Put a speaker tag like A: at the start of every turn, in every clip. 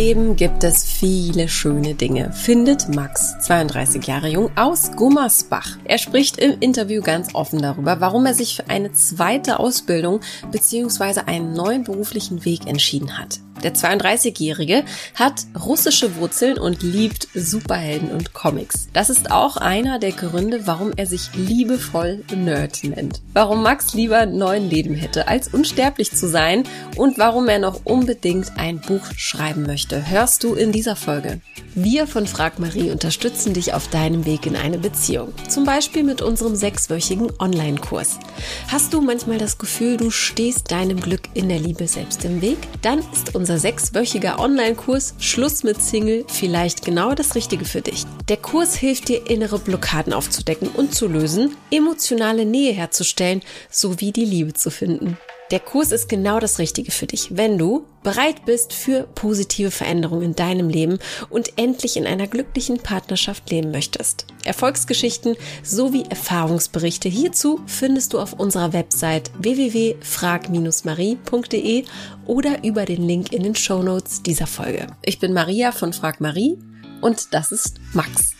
A: Leben gibt es viele schöne Dinge, findet Max, 32 Jahre jung, aus Gummersbach. Er spricht im Interview ganz offen darüber, warum er sich für eine zweite Ausbildung bzw. einen neuen beruflichen Weg entschieden hat. Der 32-Jährige hat russische Wurzeln und liebt Superhelden und Comics. Das ist auch einer der Gründe, warum er sich liebevoll Nerd nennt. Warum Max lieber 9 Leben hätte, als unsterblich zu sein und warum er noch unbedingt ein Buch schreiben möchte, hörst du in dieser Folge. Wir von Frag Marie unterstützen dich auf deinem Weg in eine Beziehung. Zum Beispiel mit unserem 6-wöchigen Online-Kurs. Hast du manchmal das Gefühl, du stehst deinem Glück in der Liebe selbst im Weg? Dann ist unser 6-wöchiger Online-Kurs Schluss mit Single vielleicht genau das Richtige für dich. Der Kurs hilft dir, innere Blockaden aufzudecken und zu lösen, emotionale Nähe herzustellen sowie die Liebe zu finden. Der Kurs ist genau das Richtige für dich, wenn du bereit bist für positive Veränderungen in deinem Leben und endlich in einer glücklichen Partnerschaft leben möchtest. Erfolgsgeschichten sowie Erfahrungsberichte hierzu findest du auf unserer Website www.frag-marie.de oder über den Link in den Shownotes dieser Folge. Ich bin Maria von Frag Marie und das ist Max.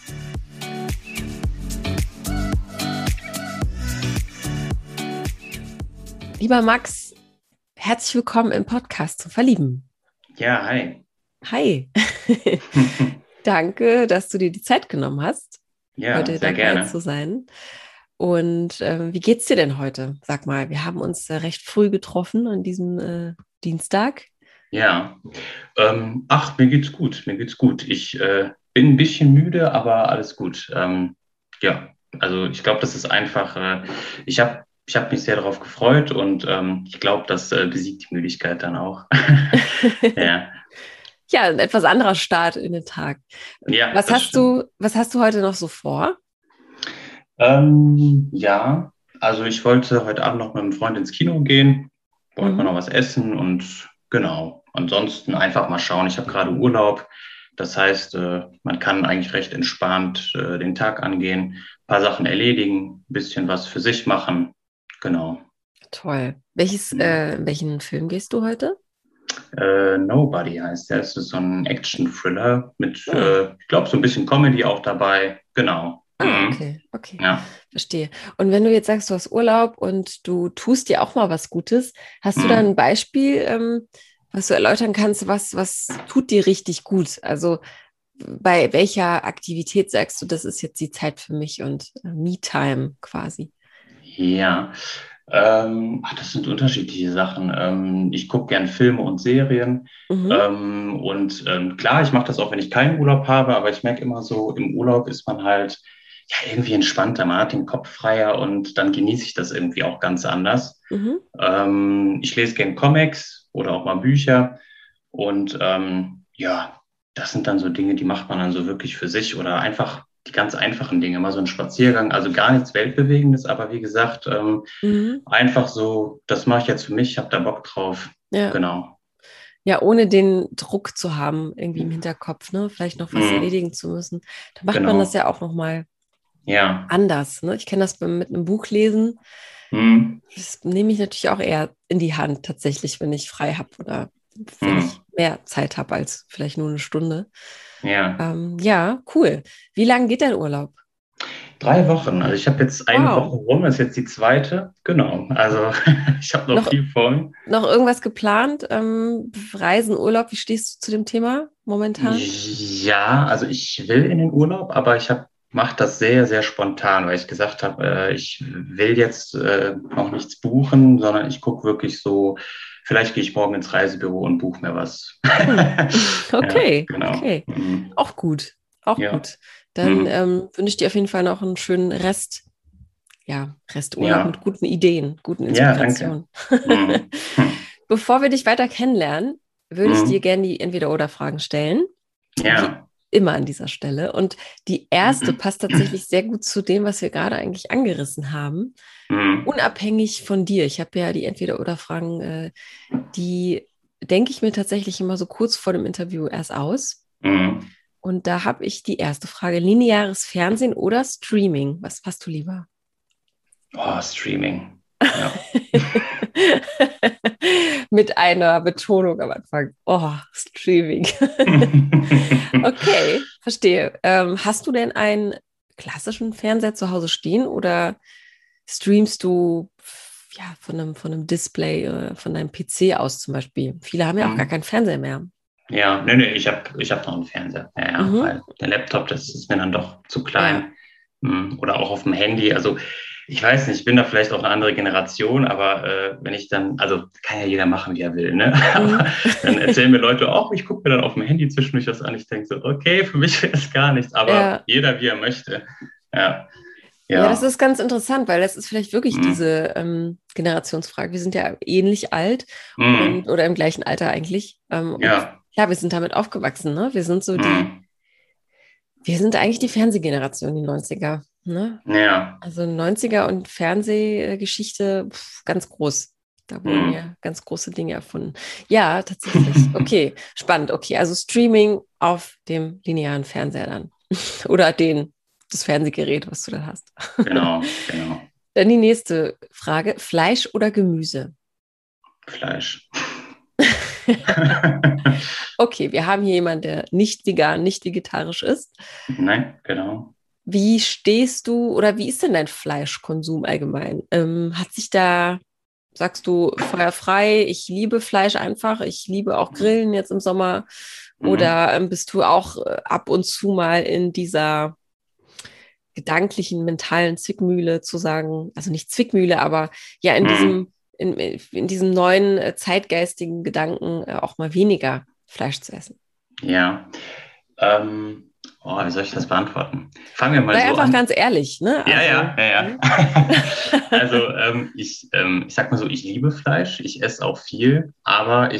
A: Lieber Max, herzlich willkommen im Podcast zum Verlieben.
B: Ja, hi.
A: Hi. Danke, dass du dir die Zeit genommen hast, heute
B: sehr
A: dabei
B: gerne
A: zu sein. Und wie geht's dir denn heute? Sag mal, wir haben uns recht früh getroffen an diesem Dienstag.
B: Ja, mir geht's gut, Ich bin ein bisschen müde, aber alles gut. Also ich glaube, das ist einfach, ich hab mich sehr darauf gefreut und ich glaube, das besiegt die Müdigkeit dann auch. Ja,
A: Ja, ein etwas anderer Start in den Tag.
B: ja,
A: Was
B: das stimmt.
A: was hast du heute noch so vor?
B: Ja, also ich wollte heute Abend noch mit einem Freund ins Kino gehen, wollten wir
A: Mhm.
B: noch was essen und genau. Ansonsten einfach mal schauen. Ich habe gerade Urlaub. Das heißt, man kann eigentlich recht entspannt den Tag angehen, ein paar Sachen erledigen, ein bisschen was für sich machen. Genau.
A: Toll.
B: Ja.
A: Welchen Film gehst du heute?
B: Nobody heißt der. Es ist so ein Action-Thriller mit,
A: Ah.
B: ich glaube, so ein bisschen Comedy auch dabei. Genau.
A: Ah,
B: Mhm.
A: okay,
B: Ja.
A: verstehe. Und wenn du jetzt sagst, du hast Urlaub und du tust dir auch mal was Gutes, hast du da
B: Mhm.
A: ein Beispiel, was du erläutern kannst, was tut dir richtig gut? Also bei welcher Aktivität sagst du, das ist jetzt die Zeit für mich und Me-Time quasi?
B: Ja, das sind unterschiedliche Sachen. Ich gucke gern Filme und Serien.
A: Mhm.
B: Klar, ich mache das auch, wenn ich keinen Urlaub habe, aber ich merke immer so, im Urlaub ist man halt ja irgendwie entspannter, man hat den Kopf freier und dann genieße ich das irgendwie auch ganz anders.
A: Mhm.
B: Ich lese gern Comics oder auch mal Bücher ja, das sind dann so Dinge, die macht man dann so wirklich für sich oder einfach die ganz einfachen Dinge, mal so ein Spaziergang, also gar nichts Weltbewegendes, aber wie gesagt,
A: Mhm.
B: einfach so, das mache ich jetzt für mich, ich habe da Bock drauf.
A: Ja.
B: Genau.
A: Ja, ohne den Druck zu haben, irgendwie im Hinterkopf, ne? Vielleicht noch was
B: Mhm,
A: erledigen zu müssen. Da macht man das
B: genau.
A: ja auch nochmal
B: Ja.
A: anders, ne? Ich kenne das mit einem Buch lesen.
B: Mhm,
A: Das nehme ich natürlich auch eher in die Hand, tatsächlich, wenn ich frei habe oder wenn
B: mhm,
A: ich mehr Zeit habe als vielleicht nur eine Stunde.
B: ja.
A: Ja, cool. Wie lange geht dein Urlaub?
B: 3 Wochen. Also ich habe jetzt eine Woche
A: Wow.
B: rum, das ist jetzt die zweite. Genau. Also ich habe noch
A: Noch,
B: viel vor.
A: noch irgendwas geplant? Reisen, Urlaub, wie stehst du zu dem Thema momentan?
B: Ja, also ich will in den Urlaub, aber mache das sehr, sehr spontan, weil ich gesagt habe, ich will jetzt noch nichts buchen, sondern ich gucke wirklich so, vielleicht gehe ich morgen ins Reisebüro und buche mir was.
A: Hm.
B: Ja,
A: Okay,
B: genau.
A: okay. Auch gut, auch
B: Ja.
A: gut. Dann
B: Mhm.
A: wünsche ich dir auf jeden Fall noch einen schönen Resturlaub mit
B: Ja.
A: guten Ideen, guten
B: Ja, danke.
A: Inspirationen.
B: Mhm. Hm.
A: Bevor wir dich weiter kennenlernen, würde ich dir
B: Mhm.
A: gerne die Entweder-Oder-Fragen stellen, wie
B: Ja.
A: immer an dieser Stelle. Und die erste passt tatsächlich sehr gut zu dem, was wir gerade eigentlich angerissen haben.
B: Mhm.
A: Unabhängig von dir. Ich habe ja die Entweder-Oder-Fragen, die denke ich mir tatsächlich immer so kurz vor dem Interview erst aus.
B: Mhm.
A: Und da habe ich die erste Frage: Lineares Fernsehen oder Streaming? Was passt du lieber?
B: Oh, Streaming. Ja.
A: Mit einer Betonung am Anfang. Oh, Streaming. Okay, verstehe. Hast du denn einen klassischen Fernseher zu Hause stehen oder streamst du ja, von einem Display, von deinem PC aus zum Beispiel? Viele haben ja auch gar
B: Mhm.
A: keinen Fernseher mehr.
B: Ja, nee, ich hab noch einen Fernseher. Ja, ja,
A: Mhm.
B: weil der Laptop, das ist mir dann doch zu
A: Ja.
B: klein. Oder auch auf dem Handy. Also ich weiß nicht, ich bin da vielleicht auch eine andere Generation, aber wenn ich dann, also kann ja jeder machen, wie er will, ne?
A: Mhm.
B: Aber dann erzählen mir Leute auch, ich gucke mir dann auf dem Handy zwischendurch was an. Ich denke so, okay, für mich wäre es gar nichts, aber
A: Ja.
B: jeder, wie er möchte. Ja,
A: Ja, das
B: ja.
A: ist ganz interessant, weil das ist vielleicht wirklich
B: Mm,
A: diese Generationsfrage. Wir sind ja ähnlich alt und
B: mm,
A: oder im gleichen Alter eigentlich. Und
B: ja,
A: ja, wir sind damit aufgewachsen, ne? Wir sind so
B: mm,
A: wir sind eigentlich die Fernsehgeneration, die Neunziger, ne?
B: ja,
A: Also Neunziger und Fernsehgeschichte, ganz groß. Da wurden
B: mm.
A: ja ganz große Dinge erfunden. Ja, tatsächlich. Okay, spannend. Okay, also Streaming auf dem linearen Fernseher dann. Oder das Fernsehgerät, was du da hast.
B: Genau, genau.
A: Dann die nächste Frage. Fleisch oder Gemüse?
B: Fleisch.
A: Okay, wir haben hier jemanden, der nicht vegan, nicht vegetarisch ist.
B: Nein, genau.
A: Wie stehst du oder wie ist denn dein Fleischkonsum allgemein? Hat sich da, sagst du, feuerfrei, ich liebe Fleisch einfach, ich liebe auch Grillen jetzt im Sommer?
B: Mhm.
A: Oder bist du auch ab und zu mal in dieser gedanklichen, mentalen Zwickmühle zu sagen, also nicht Zwickmühle, aber ja
B: Mhm.
A: in diesem neuen zeitgeistigen Gedanken auch mal weniger Fleisch zu essen?
B: Ja. Wie soll ich das beantworten? Fangen wir mal
A: Sei
B: so
A: einfach
B: an.
A: ganz ehrlich, ne?
B: Ja,
A: Also,
B: ja, ja,
A: ne?
B: ja. Also ich sag mal so, ich liebe Fleisch, ich esse auch viel, aber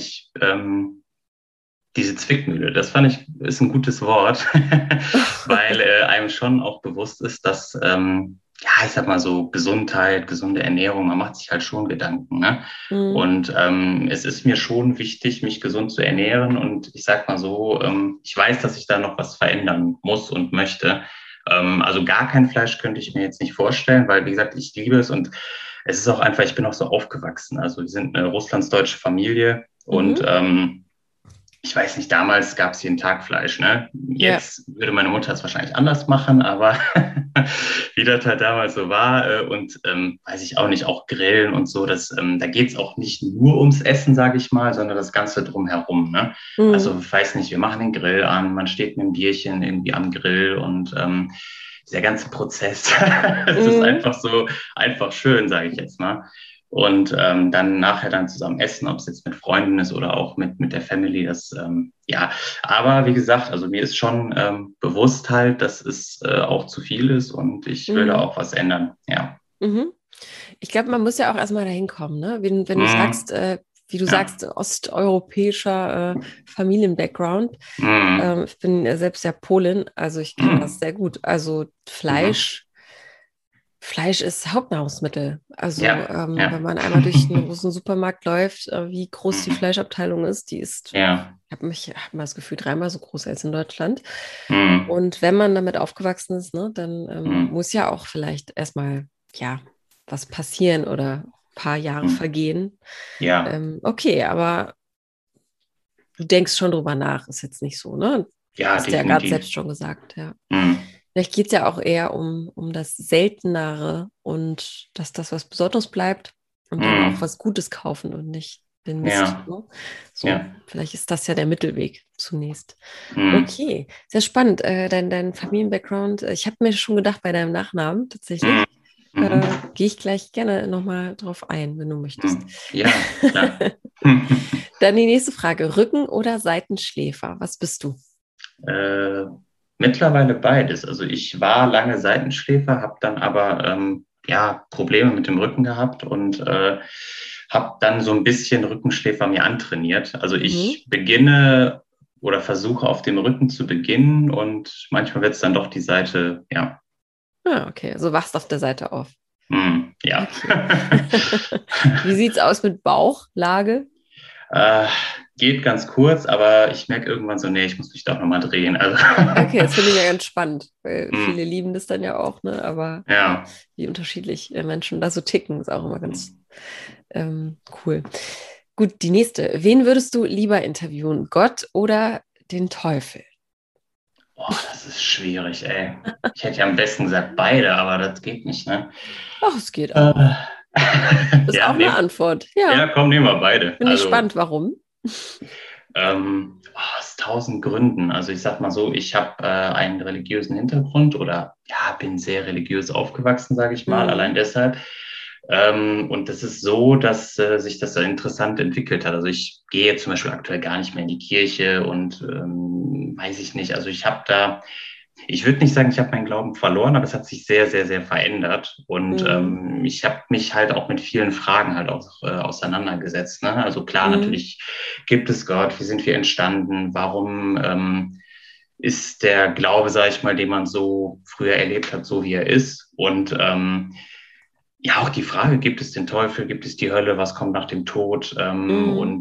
B: diese Zwickmühle, das fand ich, ist ein gutes Wort, weil einem schon auch bewusst ist, dass, ja, ich sag mal so, Gesundheit, gesunde Ernährung, man macht sich halt schon Gedanken, ne?
A: Mhm.
B: Und es ist mir schon wichtig, mich gesund zu ernähren. Und ich sag mal so, ich weiß, dass ich da noch was verändern muss und möchte. Also gar kein Fleisch könnte ich mir jetzt nicht vorstellen, weil, wie gesagt, ich liebe es und es ist auch einfach, ich bin auch so aufgewachsen. Also wir sind eine russlandsdeutsche Familie und
A: Mhm.
B: ich weiß nicht, damals gab es jeden Tag Fleisch, ne?
A: Ja.
B: Jetzt würde meine Mutter es wahrscheinlich anders machen, aber wie das halt damals so war und weiß ich auch nicht, auch Grillen und so, da geht es auch nicht nur ums Essen, sage ich mal, sondern das Ganze drumherum, ne? Also
A: Mhm.
B: ich weiß nicht, wir machen den Grill an, man steht mit einem Bierchen irgendwie am Grill und dieser ganze Prozess, es ist
A: Mhm.
B: einfach so, einfach schön, sage ich jetzt mal. Und dann nachher dann zusammen essen, ob es jetzt mit Freunden ist oder auch mit der Family. Ja, aber wie gesagt, also mir ist schon bewusst halt, dass es auch zu viel ist und ich will da
A: Mhm.
B: auch was ändern. Ja.
A: Mhm. Ich glaube, man muss ja auch erstmal dahin kommen, ne? Wenn du
B: Mm,
A: sagst, wie du
B: ja.
A: sagst, osteuropäischer Familien-Background.
B: Mm,
A: Ich bin ja selbst ja Polin, also ich kenne das
B: mm,
A: sehr gut. Also
B: mhm.
A: Fleisch ist Hauptnahrungsmittel. Also
B: Ja, ja.
A: wenn man einmal durch einen großen Supermarkt läuft, wie groß die
B: Mhm.
A: Fleischabteilung ist, die ist,
B: Ja.
A: ich habe mal das Gefühl, dreimal so groß als in Deutschland.
B: Mm,
A: Und wenn man damit aufgewachsen ist, ne, dann
B: mm,
A: muss ja auch vielleicht erstmal, ja, was passieren oder ein paar Jahre
B: mm.
A: vergehen.
B: Ja,
A: Okay, aber du denkst schon drüber nach, ist jetzt nicht so, ne?
B: ja,
A: Hast du ja gerade
B: definitiv.
A: selbst schon gesagt, ja.
B: Mm,
A: Vielleicht geht es ja auch eher um das Seltenere und dass das was Besonderes bleibt und dann auch
B: mm.
A: was Gutes kaufen und nicht den Mist.
B: Ja,
A: Ne? So,
B: ja.
A: vielleicht ist das ja der Mittelweg zunächst.
B: Mm,
A: Okay, sehr spannend. Dein Familien-Background. Ich habe mir schon gedacht bei deinem Nachnamen
B: mm,
A: tatsächlich.
B: mhm,
A: Gehe ich gleich gerne nochmal drauf ein, wenn du möchtest.
B: mm. Ja, klar.
A: Dann die nächste Frage. Rücken- oder Seitenschläfer? Was bist du?
B: Äh, Mittlerweile beides. Also ich war lange Seitenschläfer, habe dann aber ja Probleme mit dem Rücken gehabt und habe dann so ein bisschen Rückenschläfer mir antrainiert. Also
A: Mhm.
B: ich beginne oder versuche auf dem Rücken zu beginnen und manchmal wird es dann doch die Seite, ja,
A: Ah, okay. Also wachst auf der Seite auf.
B: ja.
A: Okay. Wie sieht's aus mit Bauchlage?
B: Äh, geht ganz kurz, aber ich merke irgendwann so, nee, ich muss mich doch nochmal drehen. Also,
A: Okay, das finde ich ja ganz spannend, weil
B: hm,
A: viele lieben das dann ja auch, ne? Aber
B: ja.
A: wie unterschiedlich Menschen da so ticken, ist auch immer ganz cool. Gut, die nächste. Wen würdest du lieber interviewen? Gott oder den Teufel?
B: Boah, das ist schwierig, ey. Ich hätte ja am besten gesagt beide, aber das geht nicht, ne?
A: Ach, es geht auch.
B: Äh,
A: Ist auch
B: ja,
A: eine Antwort. Ja,
B: komm, nehmen wir beide.
A: finde ich
B: Also,
A: spannend. Warum?
B: aus 1000 Gründen. Also ich sag mal so, ich habe einen religiösen Hintergrund oder ja, bin sehr religiös aufgewachsen, sage ich mal, allein
A: Mhm.
B: deshalb. Und das ist so, dass sich das da interessant entwickelt hat. Also ich gehe zum Beispiel aktuell gar nicht mehr in die Kirche und weiß ich nicht. Also ich würde nicht sagen, ich habe meinen Glauben verloren, aber es hat sich sehr, sehr, sehr verändert. Und
A: Mhm.
B: ich habe mich halt auch mit vielen Fragen halt auch auseinandergesetzt. Ne? Also klar,
A: Mhm.
B: natürlich gibt es Gott, wie sind wir entstanden, warum ist der Glaube, sage ich mal, den man so früher erlebt hat, so wie er ist. Und ja, auch die Frage, gibt es den Teufel, gibt es die Hölle, was kommt nach dem Tod?
A: Mhm.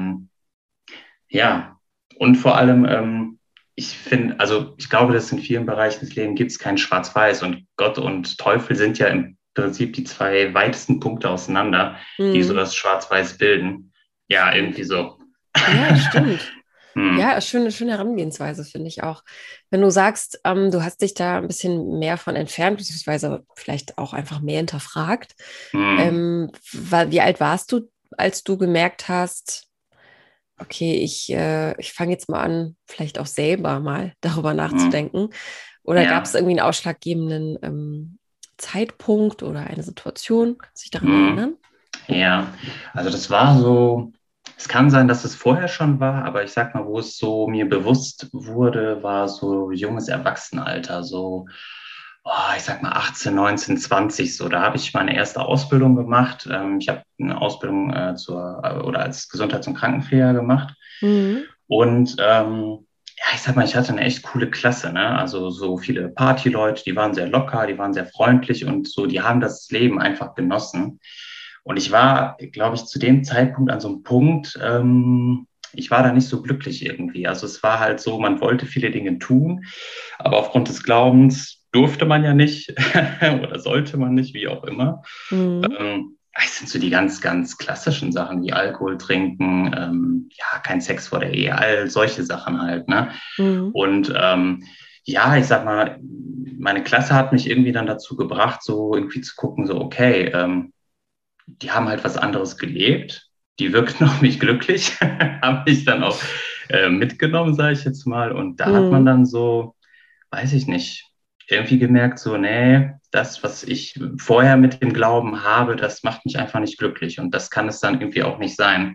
B: Ja, und vor allem, ich finde, also ich glaube, dass in vielen Bereichen des Lebens gibt es kein Schwarz-Weiß und Gott und Teufel sind ja im Prinzip die zwei weitesten Punkte auseinander, die so
A: Mhm.
B: das Schwarz-Weiß bilden. Ja, irgendwie
A: Stimmt.
B: so.
A: Ja, stimmt.
B: Hm,
A: Ja, schöne Herangehensweise, finde ich auch. Wenn du sagst, du hast dich da ein bisschen mehr von entfernt, beziehungsweise vielleicht auch einfach mehr hinterfragt.
B: hm,
A: Wie alt warst du, als du gemerkt hast, okay, ich fange jetzt mal an, vielleicht auch selber mal darüber
B: hm.
A: nachzudenken? Oder gab es
B: Ja,
A: irgendwie einen ausschlaggebenden Zeitpunkt oder eine Situation? Kannst du dich daran
B: hm.
A: erinnern?
B: Ja, also das war so, es kann sein, dass es vorher schon war, aber ich sag mal, wo es so mir bewusst wurde, war so junges Erwachsenenalter, so, oh, ich sag mal 18, 19, 20, so. Da habe ich meine erste Ausbildung gemacht. Ich habe eine Ausbildung oder als Gesundheits- und Krankenpfleger gemacht.
A: Mhm.
B: Und ja, ich sag mal, ich hatte eine echt coole Klasse, ne? Also so viele Partyleute, die waren sehr locker, die waren sehr freundlich und so, die haben das Leben einfach genossen. Und ich war, glaube ich, zu dem Zeitpunkt an so einem Punkt, ich war da nicht so glücklich irgendwie. Also es war halt so, man wollte viele Dinge tun, aber aufgrund des Glaubens durfte man ja nicht oder sollte man nicht, wie auch immer.
A: Mhm.
B: Es sind so die ganz, ganz klassischen Sachen wie Alkohol trinken, ja, kein Sex vor der Ehe, all solche Sachen halt, ne?
A: Mhm.
B: Und ja, ich sag mal, meine Klasse hat mich irgendwie dann dazu gebracht, so irgendwie zu gucken, so, okay, die haben halt was anderes gelebt, die wirkten auf mich glücklich, habe ich dann auch mitgenommen, sage ich jetzt mal. Und da hat man
A: Mhm.
B: dann so, weiß ich nicht, irgendwie gemerkt, so, nee, das, was ich vorher mit dem Glauben habe, das macht mich einfach nicht glücklich. Und das kann es dann irgendwie auch nicht sein.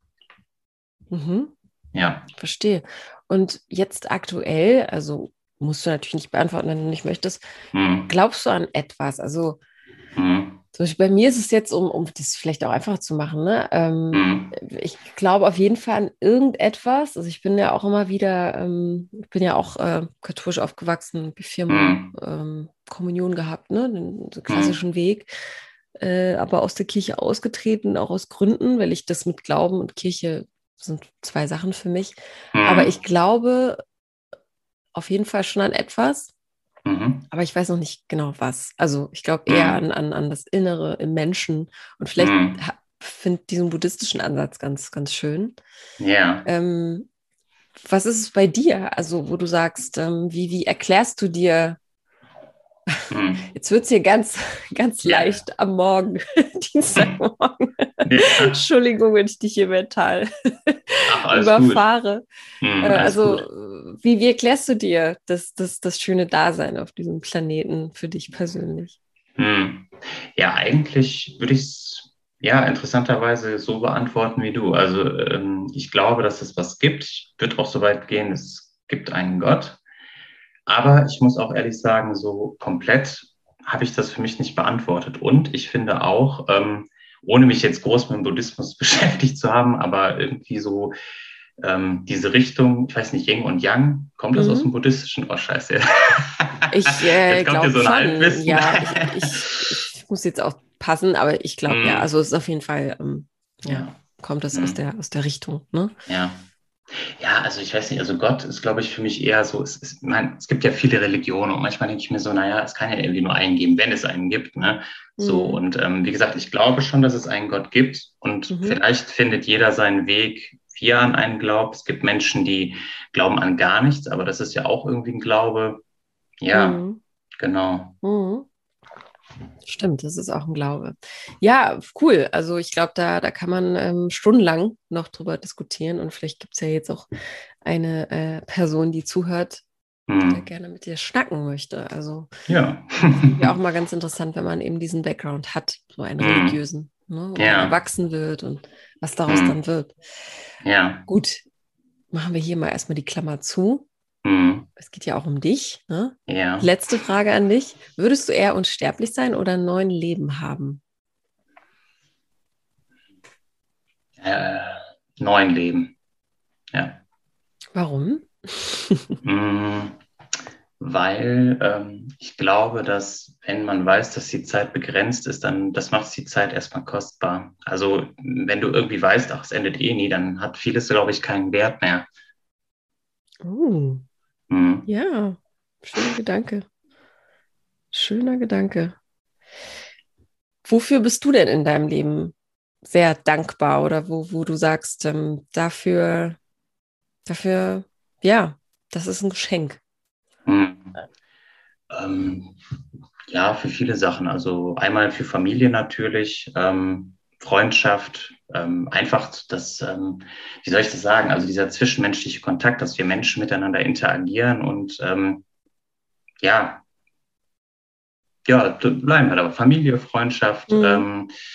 A: Mhm.
B: Ja.
A: Verstehe. Und jetzt aktuell, also musst du natürlich nicht beantworten, wenn du nicht möchtest,
B: Hm.
A: glaubst du an etwas? Also
B: Hm.
A: zum Beispiel bei mir ist es jetzt, um das vielleicht auch einfach zu machen, ne?
B: Hm.
A: Ich glaube auf jeden Fall an irgendetwas. Also ich bin ja auch immer wieder, ich bin ja auch katholisch aufgewachsen, habe viermal
B: Hm.
A: Kommunion gehabt, ne? Den so
B: Hm.
A: klassischen Weg. Aber aus der Kirche ausgetreten, auch aus Gründen, weil ich das mit Glauben und Kirche sind zwei Sachen für mich. Aber ich
B: Hm.
A: glaube auf jeden Fall schon an etwas.
B: Hm.
A: Aber ich weiß noch nicht genau was. Also ich glaube eher
B: Hm.
A: an das Innere im Menschen und vielleicht
B: Hm.
A: finde diesen buddhistischen Ansatz ganz schön.
B: Ja.
A: Ähm, Was ist es bei dir? Also, wo du sagst, wie erklärst du dir,
B: Hm.
A: jetzt wird es hier ganz
B: Ja.
A: leicht am Morgen, Dienstagmorgen.
B: Ja.
A: Entschuldigung, wenn ich dich hier mental
B: Ach, alles gut.
A: überfahre.
B: Alles
A: Also,
B: gut.
A: wie erklärst du dir das schöne Dasein auf diesem Planeten für dich persönlich?
B: Hm. Ja, eigentlich würde ich es ja interessanterweise so beantworten wie du. Also ich glaube, dass es was gibt. Ich würde auch so weit gehen, es gibt einen Gott. Aber ich muss auch ehrlich sagen, so komplett habe ich das für mich nicht beantwortet. Und ich finde auch, ohne mich jetzt groß mit dem Buddhismus beschäftigt zu haben, aber irgendwie so diese Richtung, ich weiß nicht, Yin und Yang, kommt das aus dem
A: Mhm.
B: Buddhistischen? Oh, scheiße.
A: Ich
B: Jetzt kommt hier
A: glaube
B: so ein
A: schon,
B: Halbwissen.
A: ja, ich muss jetzt auch passen, aber ich glaube ja,
B: Hm,
A: also es ist auf jeden Fall, ja.
B: ja.
A: kommt das
B: hm,
A: aus der Richtung, ne?
B: ja. Ja, also ich weiß nicht, also Gott ist, glaube ich, für mich eher so, es gibt ja viele Religionen und manchmal denke ich mir so, naja, es kann ja irgendwie nur einen geben, wenn es einen gibt, ne? So,
A: Mhm.
B: und wie gesagt, ich glaube schon, dass es einen Gott gibt und
A: Mhm.
B: vielleicht findet jeder seinen Weg, wie er an einen glaubt. Es gibt Menschen, die glauben an gar nichts, aber das ist ja auch irgendwie ein Glaube. Ja,
A: Mhm.
B: genau.
A: Mhm. Stimmt, das ist auch ein Glaube. Ja, cool. Also ich glaube, da kann man stundenlang noch drüber diskutieren und vielleicht gibt es ja jetzt auch eine Person, die zuhört, die da
B: Hm.
A: gerne mit dir schnacken möchte. Also
B: Ja.
A: finde ich auch mal ganz interessant, wenn man eben diesen Background hat, so einen
B: Hm.
A: religiösen, ne? Und dann
B: Ja.
A: erwachsen wird und was daraus
B: Hm.
A: dann wird.
B: Ja.
A: Gut, machen wir hier mal erstmal die Klammer zu.
B: Hm.
A: Es geht ja auch um dich, ne?
B: Ja.
A: Letzte Frage an dich. Würdest du eher unsterblich sein oder ein neues Leben haben?
B: Äh, neuen Leben. Ja.
A: Warum?
B: Hm. Weil ich glaube, dass wenn man weiß, dass die Zeit begrenzt ist, dann das macht die Zeit erstmal kostbar. Also wenn du irgendwie weißt, ach, es endet eh nie, dann hat vieles, glaube ich, keinen Wert mehr.
A: Oh,
B: Hm.
A: ja, schöner Gedanke. Schöner Gedanke. Wofür bist du denn in deinem Leben sehr dankbar oder wo du sagst, dafür, ja, das ist ein Geschenk.
B: Hm. Ähm, ja, für viele Sachen. Also einmal für Familie natürlich, Freundschaft, einfach das, wie soll ich das sagen? Also dieser zwischenmenschliche Kontakt, dass wir Menschen miteinander interagieren und ja, ja, bleiben wir dabei. Familie, Freundschaft,
A: Mhm.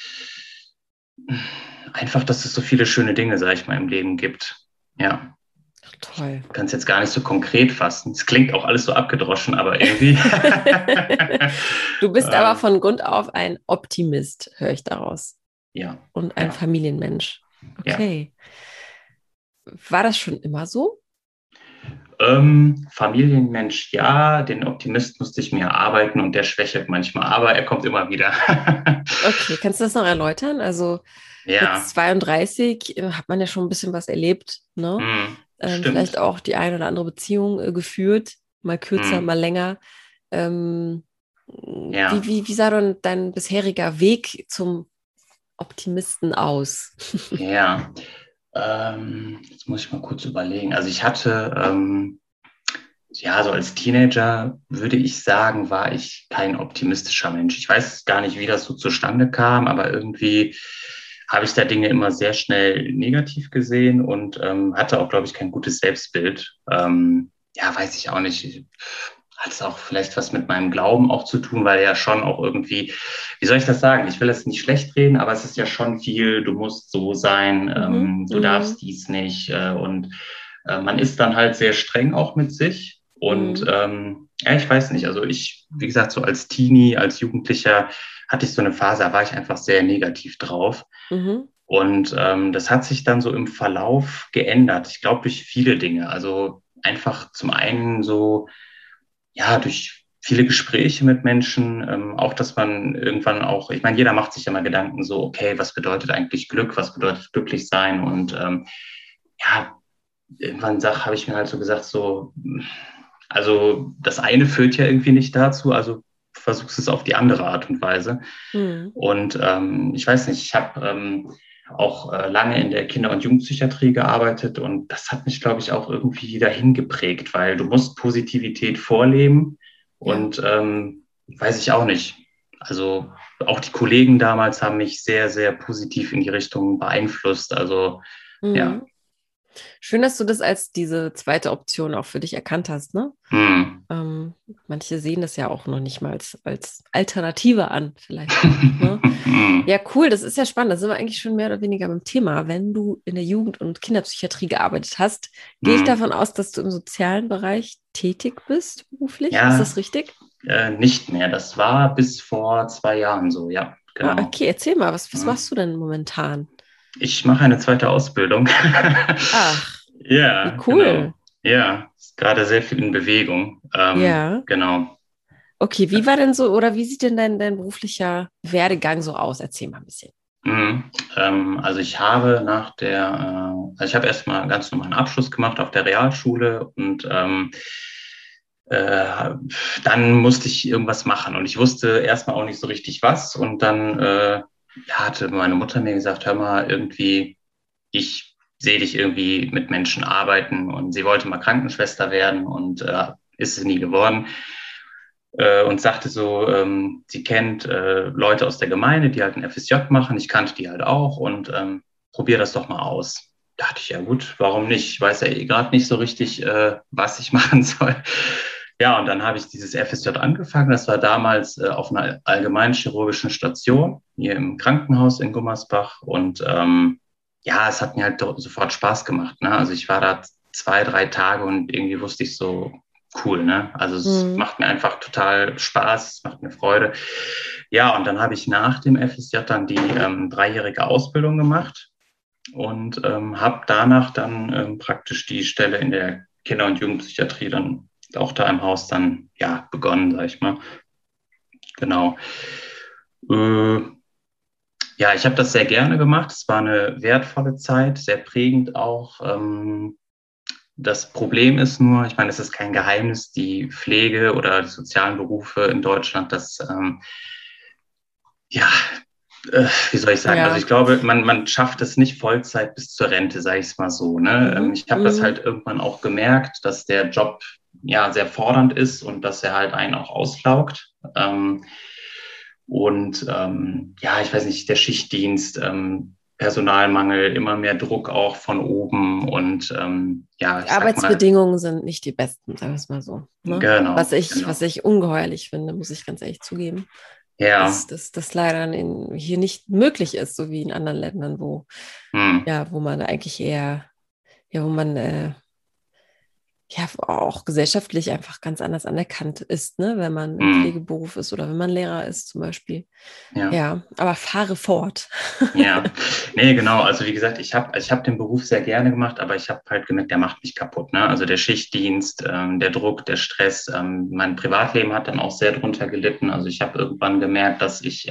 B: einfach, dass es so viele schöne Dinge, sag ich mal, im Leben gibt. Ja,
A: Toll.
B: kann es jetzt gar nicht so konkret fassen. Es klingt auch alles so abgedroschen, aber irgendwie.
A: Du bist aber
B: äh,
A: von Grund auf ein Optimist, höre ich daraus.
B: ja,
A: Und ein
B: ja,
A: Familienmensch.
B: ja.
A: Okay. War das schon immer so?
B: Familienmensch, ja, den Optimist musste ich mir erarbeiten und der schwächelt manchmal, aber er kommt immer wieder.
A: Okay, kannst du das noch erläutern? Also mit
B: Ja,
A: 32 hat man ja schon ein bisschen was erlebt, ne? Vielleicht
B: stimmt.
A: auch die eine oder andere Beziehung geführt, mal kürzer,
B: Hm,
A: mal länger.
B: ja,
A: Wie sah denn dein bisheriger Weg zum Optimisten aus?
B: ja. Jetzt muss ich mal kurz überlegen. Also ich hatte, ja, so als Teenager würde ich sagen, war ich kein optimistischer Mensch. Ich weiß gar nicht, wie das so zustande kam, aber irgendwie habe ich da Dinge immer sehr schnell negativ gesehen und hatte auch, glaube ich, kein gutes Selbstbild. Ja, weiß ich auch nicht. Hat es auch vielleicht was mit meinem Glauben auch zu tun, weil ja schon auch irgendwie, wie soll ich das sagen? Ich will das nicht schlecht reden, aber es ist ja schon viel, du musst so sein,
A: Mhm,
B: du
A: mhm,
B: darfst dies nicht und man ist dann halt sehr streng auch mit sich. Und
A: mhm,
B: ja, ich weiß nicht, also ich, wie gesagt, so als Teenie, als Jugendlicher hatte ich so eine Phase, da war ich einfach sehr negativ drauf.
A: mhm,
B: Und das hat sich dann so im Verlauf geändert. Ich glaube, durch viele Dinge. Also einfach zum einen so, ja, durch viele Gespräche mit Menschen, auch dass man irgendwann auch, ich meine, jeder macht sich ja mal Gedanken so, okay, was bedeutet eigentlich Glück, was bedeutet glücklich sein? Und ja, irgendwann habe ich mir halt so gesagt, so, also das eine führt ja irgendwie nicht dazu, also versuchst es auf die andere Art und Weise.
A: mhm.
B: Und ich weiß nicht, ich habe auch lange in der Kinder- und Jugendpsychiatrie gearbeitet und das hat mich, glaube ich, auch irgendwie dahin geprägt, weil du musst Positivität vorleben
A: Ja.
B: und weiß ich auch nicht. Also auch die Kollegen damals haben mich sehr, sehr positiv in die Richtung beeinflusst. Also ja.
A: Mhm. Schön, dass du das als diese zweite Option auch für dich erkannt hast, ne?
B: Hm.
A: Ähm, Manche sehen das ja auch noch nicht mal als Alternative an, vielleicht auch. Ne? Ja, cool, das ist ja spannend. Da sind wir eigentlich schon mehr oder weniger beim Thema. Wenn du in der Jugend- und Kinderpsychiatrie gearbeitet hast, gehe ich
B: Hm.
A: davon aus, dass du im sozialen Bereich tätig bist, beruflich. Ist das
B: Ja,
A: richtig?
B: nicht mehr. Das war bis vor 2 Jahren so, ja,
A: Ah,
B: genau.
A: okay, erzähl mal, was
B: Hm.
A: machst du denn momentan?
B: Ich mache eine zweite Ausbildung.
A: Ach, wie
B: Ja, genau.
A: cool.
B: Ja, ist gerade sehr viel in Bewegung.
A: Ja.
B: Genau.
A: Okay, wie war denn so, oder wie sieht denn dein beruflicher Werdegang so aus? Erzähl mal ein bisschen.
B: Also ich habe also ich habe erstmal ganz normalen Abschluss gemacht auf der Realschule und äh, dann musste ich irgendwas machen und ich wusste erstmal auch nicht so richtig was und dann hatte meine Mutter mir gesagt, hör mal, irgendwie, ich sehe dich irgendwie mit Menschen arbeiten und sie wollte mal Krankenschwester werden und ist es nie geworden und sagte so, sie kennt Leute aus der Gemeinde, die halt ein FSJ machen. Ich kannte die halt auch und probier das doch mal aus. Dachte ich, ja gut, warum nicht? Ich weiß ja eh gerade nicht so richtig, was ich machen soll. Ja, und dann habe ich dieses FSJ angefangen. Das war damals auf einer allgemeinchirurgischen Station hier im Krankenhaus in Gummersbach. Und ja, es hat mir halt sofort Spaß gemacht. Ne? Also ich war da 2, 3 Tage und irgendwie wusste ich so, cool, ne? Also es
A: Mhm.
B: macht mir einfach total Spaß, es macht mir Freude. Ja, und dann habe ich nach dem FSJ dann die 3-jährige Ausbildung gemacht und habe danach dann praktisch die Stelle in der Kinder- und Jugendpsychiatrie dann auch da im Haus dann ja begonnen, sag ich mal. Genau. Äh, ja, ich habe das sehr gerne gemacht. Es war eine wertvolle Zeit, sehr prägend auch. Das Problem ist nur, ich meine, es ist kein Geheimnis, die Pflege oder die sozialen Berufe in Deutschland, ja, wie soll ich sagen? Also
A: Ja.
B: ich glaube, man schafft es nicht Vollzeit bis zur Rente, sage ich es mal so. Ne?
A: Mhm.
B: Ich habe das
A: Mhm.
B: halt irgendwann auch gemerkt, dass der Job ja sehr fordernd ist und dass er halt einen auch auslaugt. Ja, ich weiß nicht, der Schichtdienst, Personalmangel, immer mehr Druck auch von oben und ja,
A: Die
B: ich sag mal,
A: Arbeitsbedingungen sind nicht die besten, sagen wir es mal so. Ne?
B: genau,
A: Was
B: genau.
A: ich ungeheuerlich finde, muss ich ganz ehrlich zugeben,
B: Ja,
A: dass das leider hier nicht möglich ist, so wie in anderen Ländern,
B: hm,
A: ja, wo man eigentlich eher, ja, wo man ja auch gesellschaftlich einfach ganz anders anerkannt ist, ne, wenn man im
B: hm,
A: Pflegeberuf ist oder wenn man Lehrer ist zum Beispiel.
B: ja.
A: Ja, aber fahre fort.
B: Ja, nee, genau. Also wie gesagt, ich hab den Beruf sehr gerne gemacht, aber ich habe halt gemerkt, der macht mich kaputt. Ne? Also der Schichtdienst, der Druck, der Stress, mein Privatleben hat dann auch sehr drunter gelitten. Also ich habe irgendwann gemerkt, dass ich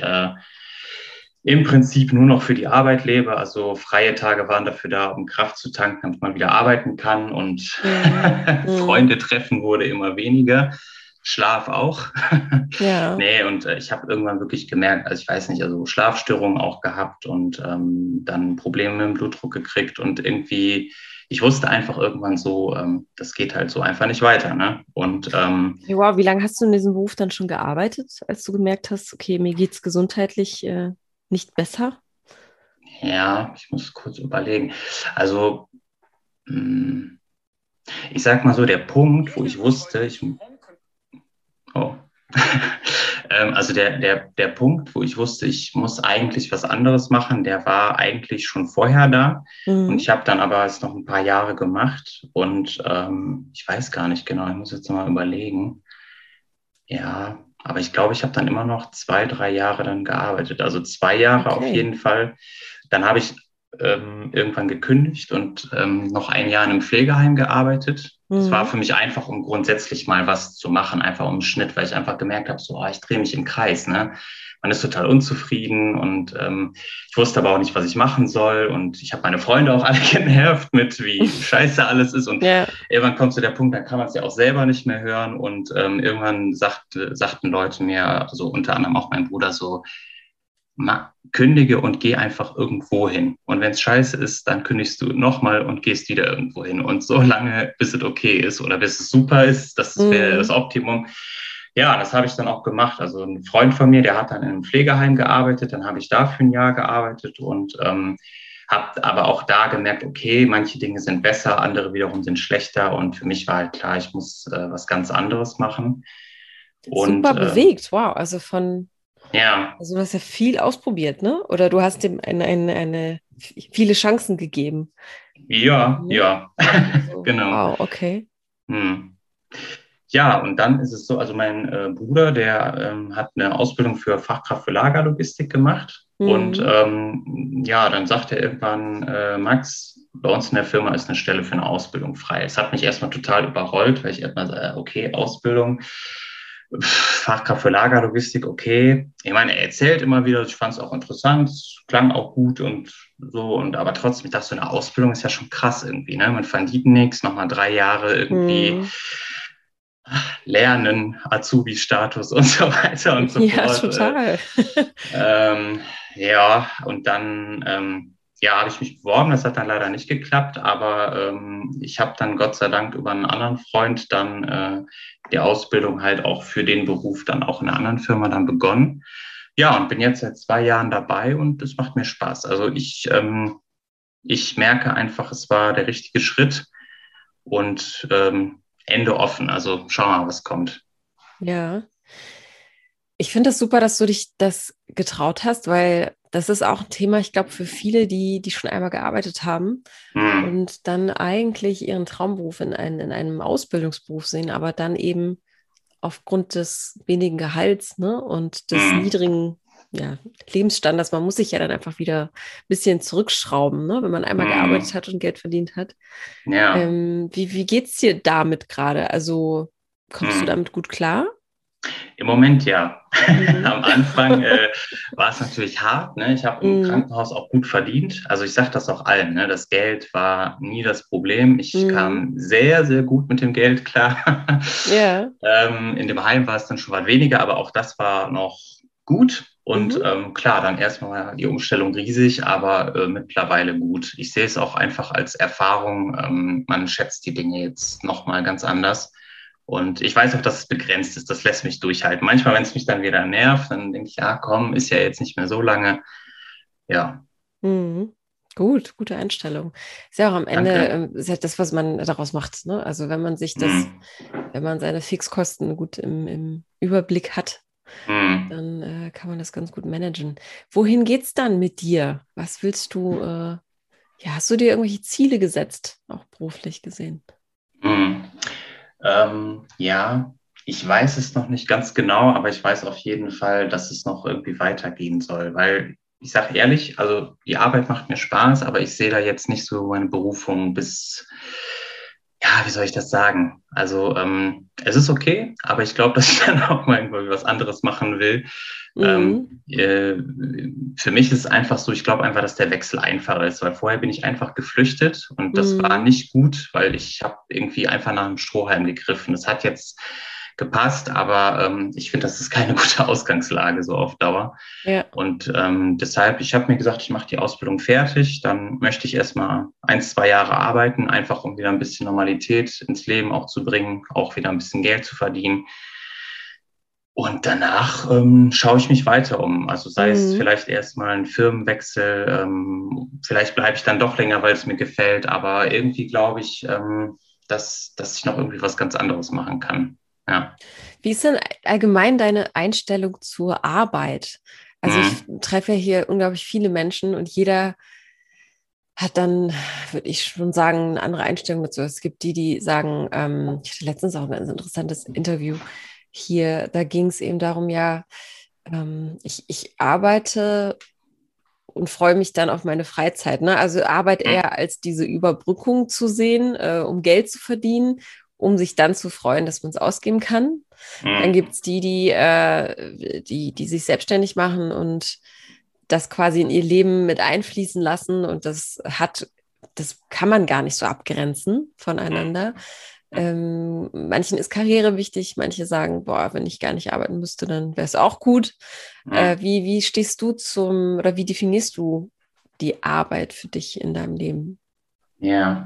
B: im Prinzip nur noch für die Arbeit lebe. Also freie Tage waren dafür da, um Kraft zu tanken, damit man wieder arbeiten kann. Und
A: Mhm. Mhm.
B: Freunde treffen wurde immer weniger. Schlaf auch.
A: Ja.
B: Nee, und ich habe irgendwann wirklich gemerkt, also ich weiß nicht, also Schlafstörungen auch gehabt und dann Probleme mit dem Blutdruck gekriegt und irgendwie, ich wusste einfach irgendwann so, das geht halt so einfach nicht weiter, ne? Und
A: Okay, wow, wie lange hast du in diesem Beruf dann schon gearbeitet, als du gemerkt hast, okay, mir geht es gesundheitlich nicht besser?
B: ja, ich muss kurz überlegen. Also, mh, ich sag mal so, der Punkt, wo ich wusste, oh. Also der Punkt, wo ich wusste, ich muss eigentlich was anderes machen, der war eigentlich schon vorher da. Und
A: Mhm.
B: ich habe dann aber es noch ein paar Jahre gemacht und ich weiß gar nicht genau, ich muss jetzt mal überlegen. Ja, aber ich glaube, ich habe dann immer noch 2, 3 Jahre dann gearbeitet. Also 2 Jahre auf
A: Okay.
B: jeden Fall. Dann habe ich irgendwann gekündigt und noch ein Jahr in einem Pflegeheim gearbeitet. Das war
A: Mhm.
B: für mich einfach, um grundsätzlich mal was zu machen, einfach um einen Schnitt, weil ich einfach gemerkt habe, so, ich drehe mich im Kreis. Ne? Man ist total unzufrieden und ich wusste aber auch nicht, was ich machen soll. Und ich habe meine Freunde auch alle genervt mit, wie scheiße alles ist. Und
A: Ja.
B: irgendwann kommt zu der Punkt, da kann man es ja auch selber nicht mehr hören. Und irgendwann sagten Leute mir, also unter anderem auch mein Bruder, so, kündige und geh einfach irgendwo hin. Und wenn es scheiße ist, dann kündigst du nochmal und gehst wieder irgendwo hin. Und so lange, bis es okay ist oder bis es super ist, das wäre das
A: Mhm.
B: Optimum. Ja, das habe ich dann auch gemacht. Also ein Freund von mir, der hat dann in einem Pflegeheim gearbeitet, dann habe ich da für ein Jahr gearbeitet und habe aber auch da gemerkt, okay, manche Dinge sind besser, andere wiederum sind schlechter. Und für mich war halt klar, ich muss was ganz anderes machen. Und
A: Super bewegt, wow.
B: ja,
A: Also du hast ja viel ausprobiert, ne? Oder du hast dem viele Chancen gegeben.
B: ja,
A: Ne?
B: ja,
A: Also,
B: genau.
A: wow, okay.
B: Hm. Ja, und dann ist es so, also mein Bruder, der hat eine Ausbildung für Fachkraft für Lagerlogistik gemacht. Und
A: Mhm.
B: ja, dann sagt er irgendwann, Max, bei uns in der Firma ist eine Stelle für eine Ausbildung frei. Es hat mich erstmal total überrollt, weil ich erstmal sage, okay, Ausbildung. Fachkraft für Lagerlogistik, okay. Ich meine, er erzählt immer wieder, ich fand es auch interessant, es klang auch gut und so, und aber trotzdem, ich dachte, so eine Ausbildung ist ja schon krass irgendwie, ne? Man verdient nichts, nochmal 3 Jahre irgendwie
A: Hm.
B: lernen, Azubi-Status und so weiter und so
A: Ja,
B: fort.
A: total.
B: Ähm, ja, und dann ja, habe ich mich beworben, das hat dann leider nicht geklappt, aber ich habe dann Gott sei Dank über einen anderen Freund dann die Ausbildung halt auch für den Beruf dann auch in einer anderen Firma dann begonnen. Ja, und bin jetzt seit 2 Jahren dabei und es macht mir Spaß. Also ich merke einfach, es war der richtige Schritt und Ende offen. Also schauen wir mal, was kommt.
A: Ja. Ich finde das super, dass du dich das getraut hast, weil das ist auch ein Thema, ich glaube, für viele, die schon einmal gearbeitet haben
B: Hm,
A: und dann eigentlich ihren Traumberuf in einem Ausbildungsberuf sehen, aber dann eben aufgrund des wenigen Gehalts, ne, und des
B: hm,
A: niedrigen, ja, Lebensstandards, man muss sich ja dann einfach wieder ein bisschen zurückschrauben, ne, wenn man einmal gearbeitet
B: hm.
A: hat und Geld verdient hat.
B: Ja.
A: Wie geht's dir damit gerade? Also kommst du
B: Hm.
A: damit gut klar?
B: Im Moment ja.
A: Mhm.
B: Am Anfang war es natürlich hart. Ne? Ich habe im
A: Mhm.
B: Krankenhaus auch gut verdient. Also ich sage das auch allen. Ne? Das Geld war nie das Problem. Ich
A: Mhm.
B: kam sehr, sehr gut mit dem Geld klar.
A: Ja.
B: In dem Heim war es dann schon was weniger, aber auch das war noch gut. Und
A: Mhm.
B: klar, dann erstmal die Umstellung riesig, aber mittlerweile gut. Ich sehe es auch einfach als Erfahrung. Man schätzt die Dinge jetzt nochmal ganz anders. Und ich weiß auch, dass es begrenzt ist. Das lässt mich durchhalten. Manchmal, wenn es mich dann wieder nervt, dann denke ich, ja, komm, ist ja jetzt nicht mehr so lange. Ja,
A: Mhm. Gut, gute Einstellung. Ist ja auch am Ende,
B: danke.
A: ist ja das, was man daraus macht, ne? Also wenn man sich das,
B: Hm.
A: wenn man seine Fixkosten gut im Überblick hat,
B: Hm.
A: dann kann man das ganz gut managen. Wohin geht's dann mit dir? Was willst du, ja, hast du dir irgendwelche Ziele gesetzt, auch beruflich gesehen?
B: Hm. Ja, ich weiß es noch nicht ganz genau, aber ich weiß auf jeden Fall, dass es noch irgendwie weitergehen soll, weil ich sage ehrlich, also die Arbeit macht mir Spaß, aber ich sehe da jetzt nicht so meine Berufung bis, ja, wie soll ich das sagen? Also es ist okay, aber ich glaube, dass ich dann auch mal irgendwie was anderes machen will.
A: Mhm.
B: Für mich ist es einfach so, ich glaube einfach, dass der Wechsel einfacher ist, weil vorher bin ich einfach geflüchtet und das war
A: Mhm.
B: nicht gut, weil ich habe irgendwie einfach nach einem Strohhalm gegriffen. Das hat jetzt gepasst, aber ich finde, das ist keine gute Ausgangslage so auf Dauer.
A: Ja.
B: Und deshalb, ich habe mir gesagt, ich mache die Ausbildung fertig, dann möchte ich erstmal 1, 2 Jahre arbeiten, einfach um wieder ein bisschen Normalität ins Leben auch zu bringen, auch wieder ein bisschen Geld zu verdienen. Und danach schaue ich mich weiter um. Also sei es
A: Mhm.
B: vielleicht erstmal ein Firmenwechsel, vielleicht bleibe ich dann doch länger, weil es mir gefällt, aber irgendwie glaube ich, dass ich noch irgendwie was ganz anderes machen kann. Ja.
A: Wie ist denn allgemein deine Einstellung zur Arbeit? Also ich
B: Hm,
A: treffe ja hier unglaublich viele Menschen und jeder hat dann, würde ich schon sagen, eine andere Einstellung dazu. Es gibt die, die sagen, ich hatte letztens auch ein ganz interessantes Interview hier, da ging es eben darum, ja, ich arbeite und freue mich dann auf meine Freizeit. Ne? Also Arbeit
B: hm,
A: eher als diese Überbrückung zu sehen, um Geld zu verdienen, um sich dann zu freuen, dass man es ausgeben kann. Dann
B: hm,
A: gibt es die sich selbstständig machen und das quasi in ihr Leben mit einfließen lassen. Und das kann man gar nicht so abgrenzen
B: hm,
A: voneinander.
B: hm,
A: Manchen ist Karriere wichtig, manche sagen, boah, wenn ich gar nicht arbeiten müsste, dann wäre es auch gut.
B: hm.
A: Wie stehst du oder wie definierst du die Arbeit für dich in deinem Leben?
B: Ja.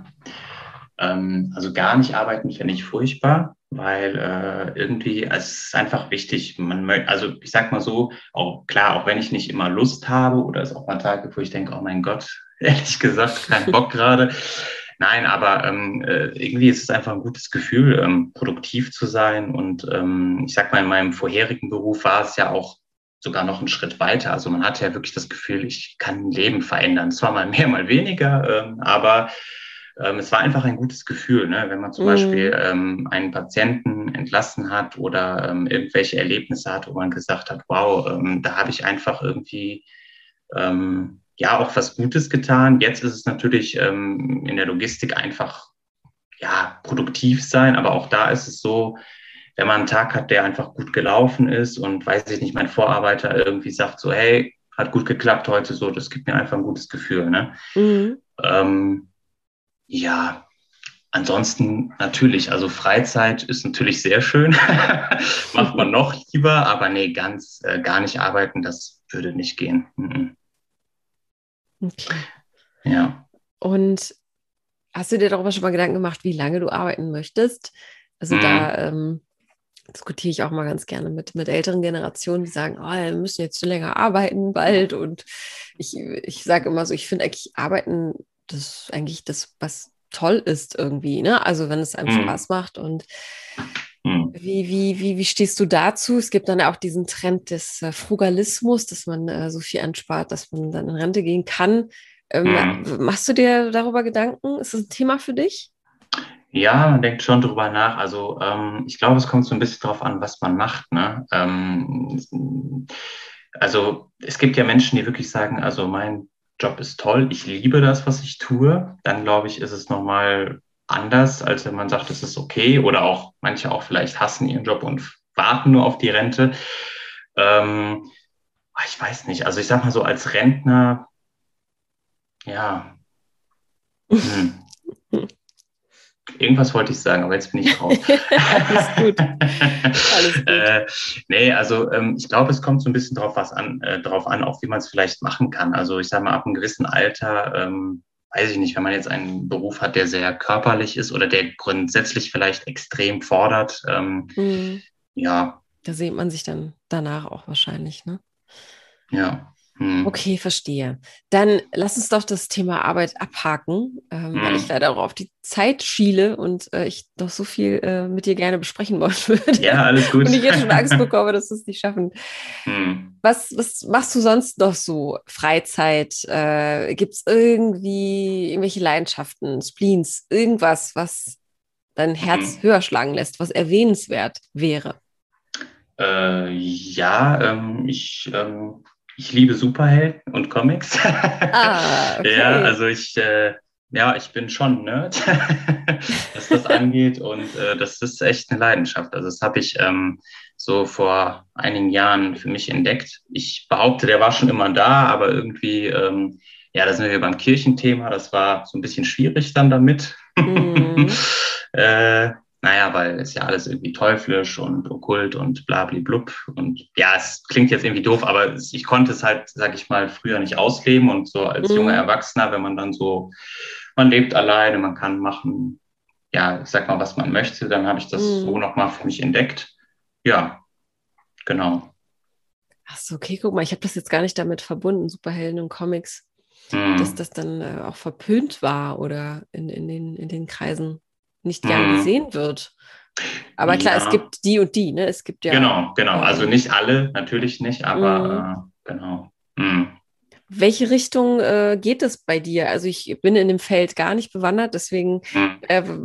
B: Also gar nicht arbeiten finde ich furchtbar, weil irgendwie, also es ist einfach wichtig. Also ich sag mal so, auch klar, auch wenn ich nicht immer Lust habe oder es auch mal Tage gibt, wo ich denke, oh mein Gott, ehrlich gesagt, kein Bock gerade. Nein, aber irgendwie ist es einfach ein gutes Gefühl, produktiv zu sein. Und ich sag mal, in meinem vorherigen Beruf war es ja auch sogar noch einen Schritt weiter. Also man hat ja wirklich das Gefühl, ich kann ein Leben verändern. Zwar mal mehr, mal weniger, aber es war einfach ein gutes Gefühl, ne? Wenn man zum Beispiel
A: Mm,
B: einen Patienten entlassen hat oder irgendwelche Erlebnisse hat, wo man gesagt hat, wow, da habe ich einfach irgendwie ja auch was Gutes getan. Jetzt ist es natürlich in der Logistik einfach ja produktiv sein, aber auch da ist es so, wenn man einen Tag hat, der einfach gut gelaufen ist und weiß ich nicht, mein Vorarbeiter irgendwie sagt so, hey, hat gut geklappt heute so, das gibt mir einfach ein gutes Gefühl, ne?
A: Mhm.
B: Ähm, ja, ansonsten natürlich, also Freizeit ist natürlich sehr schön, macht man noch lieber, aber nee, ganz gar nicht arbeiten, das würde nicht gehen. Mhm.
A: Okay.
B: Ja.
A: Und hast du dir darüber schon mal Gedanken gemacht, wie lange du arbeiten möchtest? Also
B: Mhm.
A: da diskutiere ich auch mal ganz gerne mit älteren Generationen, die sagen, oh, wir müssen jetzt länger arbeiten bald. Und ich sage immer so, ich finde eigentlich Arbeiten, das ist eigentlich das, was toll ist irgendwie, ne? Also wenn es einem
B: Mhm.
A: Spaß macht. Und
B: Mhm.
A: wie stehst du dazu? Es gibt dann ja auch diesen Trend des Frugalismus, dass man so viel anspart, dass man dann in Rente gehen kann.
B: Mhm.
A: Machst du dir darüber Gedanken? Ist das ein Thema für dich?
B: Ja, man denkt schon drüber nach. Also ich glaube, es kommt so ein bisschen drauf an, was man macht, ne? Also es gibt ja Menschen, die wirklich sagen, also mein Job ist toll, ich liebe das, was ich tue. Dann glaube ich, ist es nochmal anders, als wenn man sagt, es ist okay. Oder auch manche auch vielleicht hassen ihren Job und warten nur auf die Rente. Ähm, ich weiß nicht. Also ich sag mal so, als Rentner, ja, hm. Irgendwas wollte ich sagen, aber jetzt bin ich raus.
A: Alles gut, alles gut.
B: äh, nee, also ich glaube, es kommt so ein bisschen drauf an, auch wie man es vielleicht machen kann. Also ich sage mal, ab einem gewissen Alter, weiß ich nicht, wenn man jetzt einen Beruf hat, der sehr körperlich ist oder der grundsätzlich vielleicht extrem fordert,
A: Mhm.
B: ja,
A: Da sehnt man sich dann danach auch wahrscheinlich, ne?
B: ja, hm,
A: Okay, verstehe. Dann lass uns doch das Thema Arbeit abhaken, weil ich
B: hm,
A: leider auch auf die Zeit schiele und ich noch so viel mit dir gerne besprechen wollen würde.
B: ja, alles
A: Und
B: gut.
A: ich jetzt schon Angst bekomme, dass wir es nicht schaffen.
B: Hm,
A: Was machst du sonst noch so? Freizeit? Gibt es irgendwie irgendwelche Leidenschaften, Spleens, irgendwas, was dein Herz
B: hm.
A: höher schlagen lässt, was erwähnenswert wäre?
B: Ja, ich liebe Superhelden und Comics.
A: Ah,
B: Ja,
A: okay.
B: also ja, ich bin schon Nerd, was das angeht und das ist echt eine Leidenschaft. Also das habe ich so vor einigen Jahren für mich entdeckt. Ich behaupte, der war schon immer da, aber irgendwie, ja, da sind wir beim Kirchenthema. Das war so ein bisschen schwierig dann damit.
A: Mhm.
B: äh, naja, weil es ja alles irgendwie teuflisch und okkult und blablablub. Und ja, es klingt jetzt irgendwie doof, aber ich konnte es halt, sag ich mal, früher nicht ausleben. Und so als junger
A: Mhm.
B: Erwachsener, wenn man dann so, man lebt alleine, man kann machen, ja, ich sag mal, was man möchte, dann habe ich das so
A: Mhm.
B: nochmal für mich entdeckt. Ja, genau.
A: Ach so, okay, guck mal, ich habe das jetzt gar nicht damit verbunden, Superhelden und Comics, dass
B: Hm.
A: das dann auch verpönt war oder in den Kreisen nicht gern
B: Hm.
A: gesehen wird. Aber klar, es
B: Ja,
A: gibt die und die, ne? Es gibt ja,
B: genau. Also nicht alle, natürlich nicht,
A: mh,
B: aber genau. Hm.
A: welche Richtung geht es bei dir? Also ich bin in dem Feld gar nicht bewandert, deswegen,
B: Hm.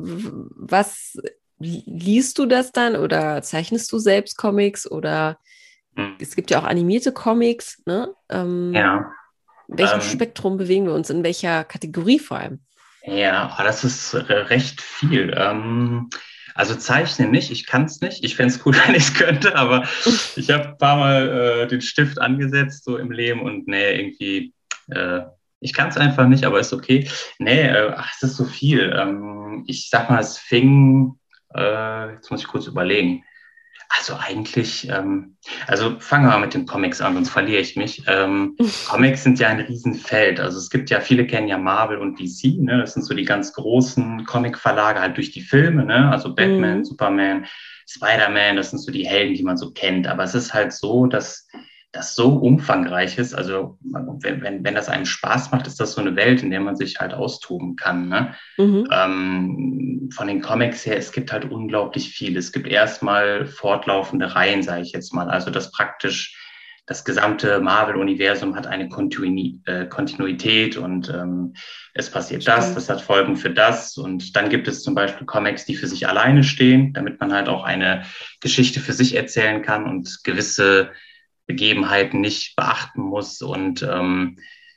A: was liest du das dann oder zeichnest du selbst Comics oder
B: Hm.
A: es gibt ja auch animierte Comics, ne?
B: Ja.
A: In welchem
B: Ähm,
A: Spektrum bewegen wir uns? In welcher Kategorie vor allem?
B: Ja, aber das ist recht viel. Also zeichnen nicht, ich kann es nicht. Ich fände es cool, wenn ich es könnte, aber ich habe ein paar Mal den Stift angesetzt, so im Leben und nee, irgendwie, äh, ich kann es einfach nicht, aber ist okay. Nee, es ist so viel. Ich sag mal, es fing, jetzt muss ich kurz überlegen. Also eigentlich, also fangen wir mal mit den Comics an, sonst verliere ich mich. Comics sind ja ein Riesenfeld. Also es gibt ja, viele kennen ja Marvel und DC, ne? Das sind so die ganz großen Comic-Verlage halt durch die Filme, ne? Also Batman,
A: Mhm.
B: Superman, Spider-Man, das sind so die Helden, die man so kennt. Aber es ist halt so, dass das so umfangreich ist. Also wenn das einem Spaß macht, ist das so eine Welt, in der man sich halt austoben kann, ne?
A: Mhm.
B: Von den Comics her, es gibt halt unglaublich viel. Es gibt erstmal fortlaufende Reihen, sage ich jetzt mal. Also das praktisch das gesamte Marvel-Universum hat eine Kontinuität und es passiert das,
A: Stimmt.
B: das hat Folgen für das. Und dann gibt es zum Beispiel Comics, die für sich alleine stehen, damit man halt auch eine Geschichte für sich erzählen kann und gewisse Begebenheiten nicht beachten muss. Und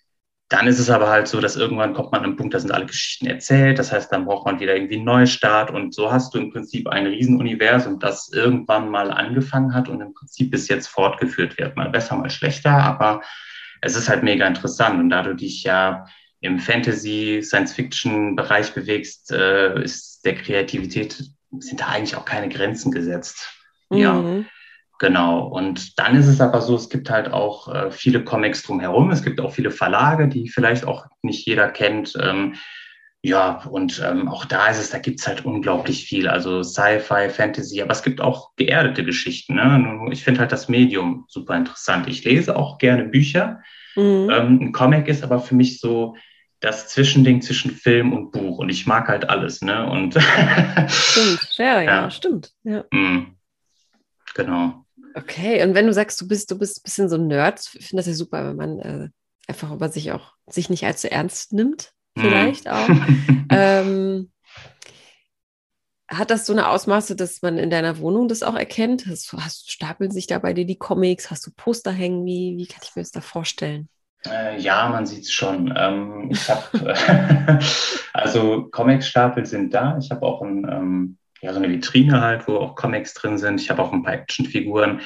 B: dann ist es aber halt so, dass irgendwann kommt man an einen Punkt, da sind alle Geschichten erzählt. Das heißt, dann braucht man wieder irgendwie einen Neustart. Und so hast du im Prinzip ein Riesenuniversum, das irgendwann mal angefangen hat und im Prinzip bis jetzt fortgeführt wird. Mal besser, mal schlechter, aber es ist halt mega interessant. Und da du dich ja im Fantasy, Science-Fiction-Bereich bewegst, ist der Kreativität, sind da eigentlich auch keine Grenzen gesetzt. Ja.
A: Mhm.
B: Genau. Und dann ist es aber so, es gibt halt auch viele Comics drumherum. Es gibt auch viele Verlage, die vielleicht auch nicht jeder kennt. Ja, und auch da ist es, da gibt's halt unglaublich viel. Also Sci-Fi, Fantasy, aber es gibt auch geerdete Geschichten. Ne? Ich finde halt das Medium super interessant. Ich lese auch gerne Bücher.
A: Mhm.
B: Ein Comic ist aber für mich so das Zwischending zwischen Film und Buch. Und ich mag halt alles, ne? Und
A: Stimmt, ja, ja,
B: ja,
A: stimmt. Ja.
B: genau.
A: Okay, und wenn du sagst, du bist ein bisschen so ein Nerd, ich finde das ja super, wenn man einfach über sich nicht allzu ernst nimmt, vielleicht auch. Ähm, Hat das so eine Ausmaße, dass man in deiner Wohnung das auch erkennt? Stapeln sich da bei dir die Comics? Hast du Poster hängen? Wie kann ich mir das da vorstellen?
B: Ja, man sieht es schon. Ich habe, also Comicstapel sind da. Ich habe auch ja, so eine Vitrine halt, wo auch Comics drin sind. Ich habe auch ein paar Actionfiguren.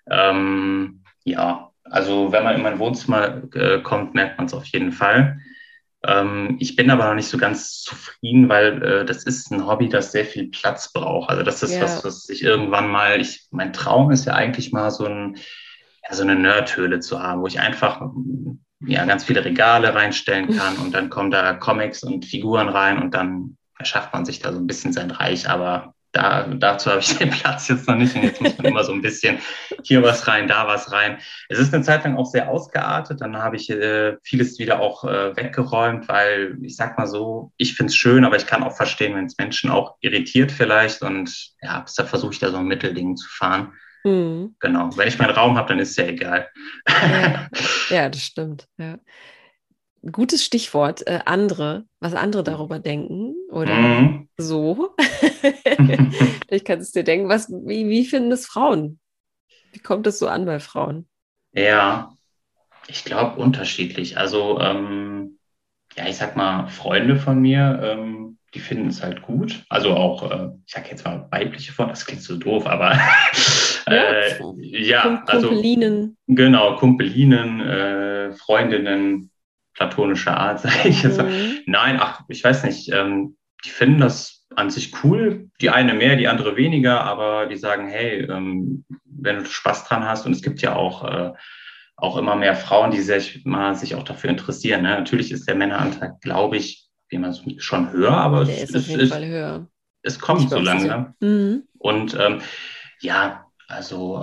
B: Ja, also wenn man in mein Wohnzimmer kommt, merkt man es auf jeden Fall. Ich bin aber noch nicht so ganz zufrieden, weil das ist ein Hobby, das sehr viel Platz braucht. Also das ist was,
A: Ja.
B: was ich irgendwann mal, mein Traum ist ja eigentlich mal ja, so eine Nerdhöhle zu haben, wo ich einfach ja, ganz viele Regale reinstellen kann und dann kommen da Comics und Figuren rein und dann erschafft man sich da so ein bisschen sein Reich. Aber dazu habe ich den Platz jetzt noch nicht und jetzt muss man immer so ein bisschen hier was rein, da was rein. Es ist eine Zeit lang auch sehr ausgeartet. Dann habe ich vieles wieder auch weggeräumt, weil ich sag mal so, ich finde es schön, aber ich kann auch verstehen, wenn es Menschen auch irritiert vielleicht. Und ja, deshalb versuche ich da so ein Mittelding zu fahren.
A: Mhm.
B: Genau. Wenn ich meinen Raum habe, dann ist es ja egal.
A: Ja. Ja, das stimmt. Ja. Gutes Stichwort, was andere darüber denken oder
B: Mhm.
A: so. Vielleicht kannst du dir denken, wie finden es Frauen? Wie kommt es so an bei Frauen?
B: Ja, ich glaube unterschiedlich. Also, ja, ich sag mal, Freunde von mir, die finden es halt gut. Also auch, ich sag jetzt mal weibliche Freunde, das klingt so doof, aber
A: Ja,
B: ja, also
A: Kumpelinen.
B: genau, Kumpelinen, Freundinnen platonischer Art, sage ich jetzt mal.
A: Mhm.
B: Nein, ach, ich weiß nicht, die finden das an sich cool. Die eine mehr, die andere weniger, aber die sagen, hey, wenn du Spaß dran hast, und es gibt ja auch immer mehr Frauen, die sich auch dafür interessieren. Ne? Natürlich ist der Männeranteil, glaube ich, wie man schon höher, aber
A: Der ist auf jeden Fall höher.
B: es
A: Bin ich
B: kommt
A: mir
B: so
A: auch sicher.
B: langsam.
A: Mhm.
B: Und ja, also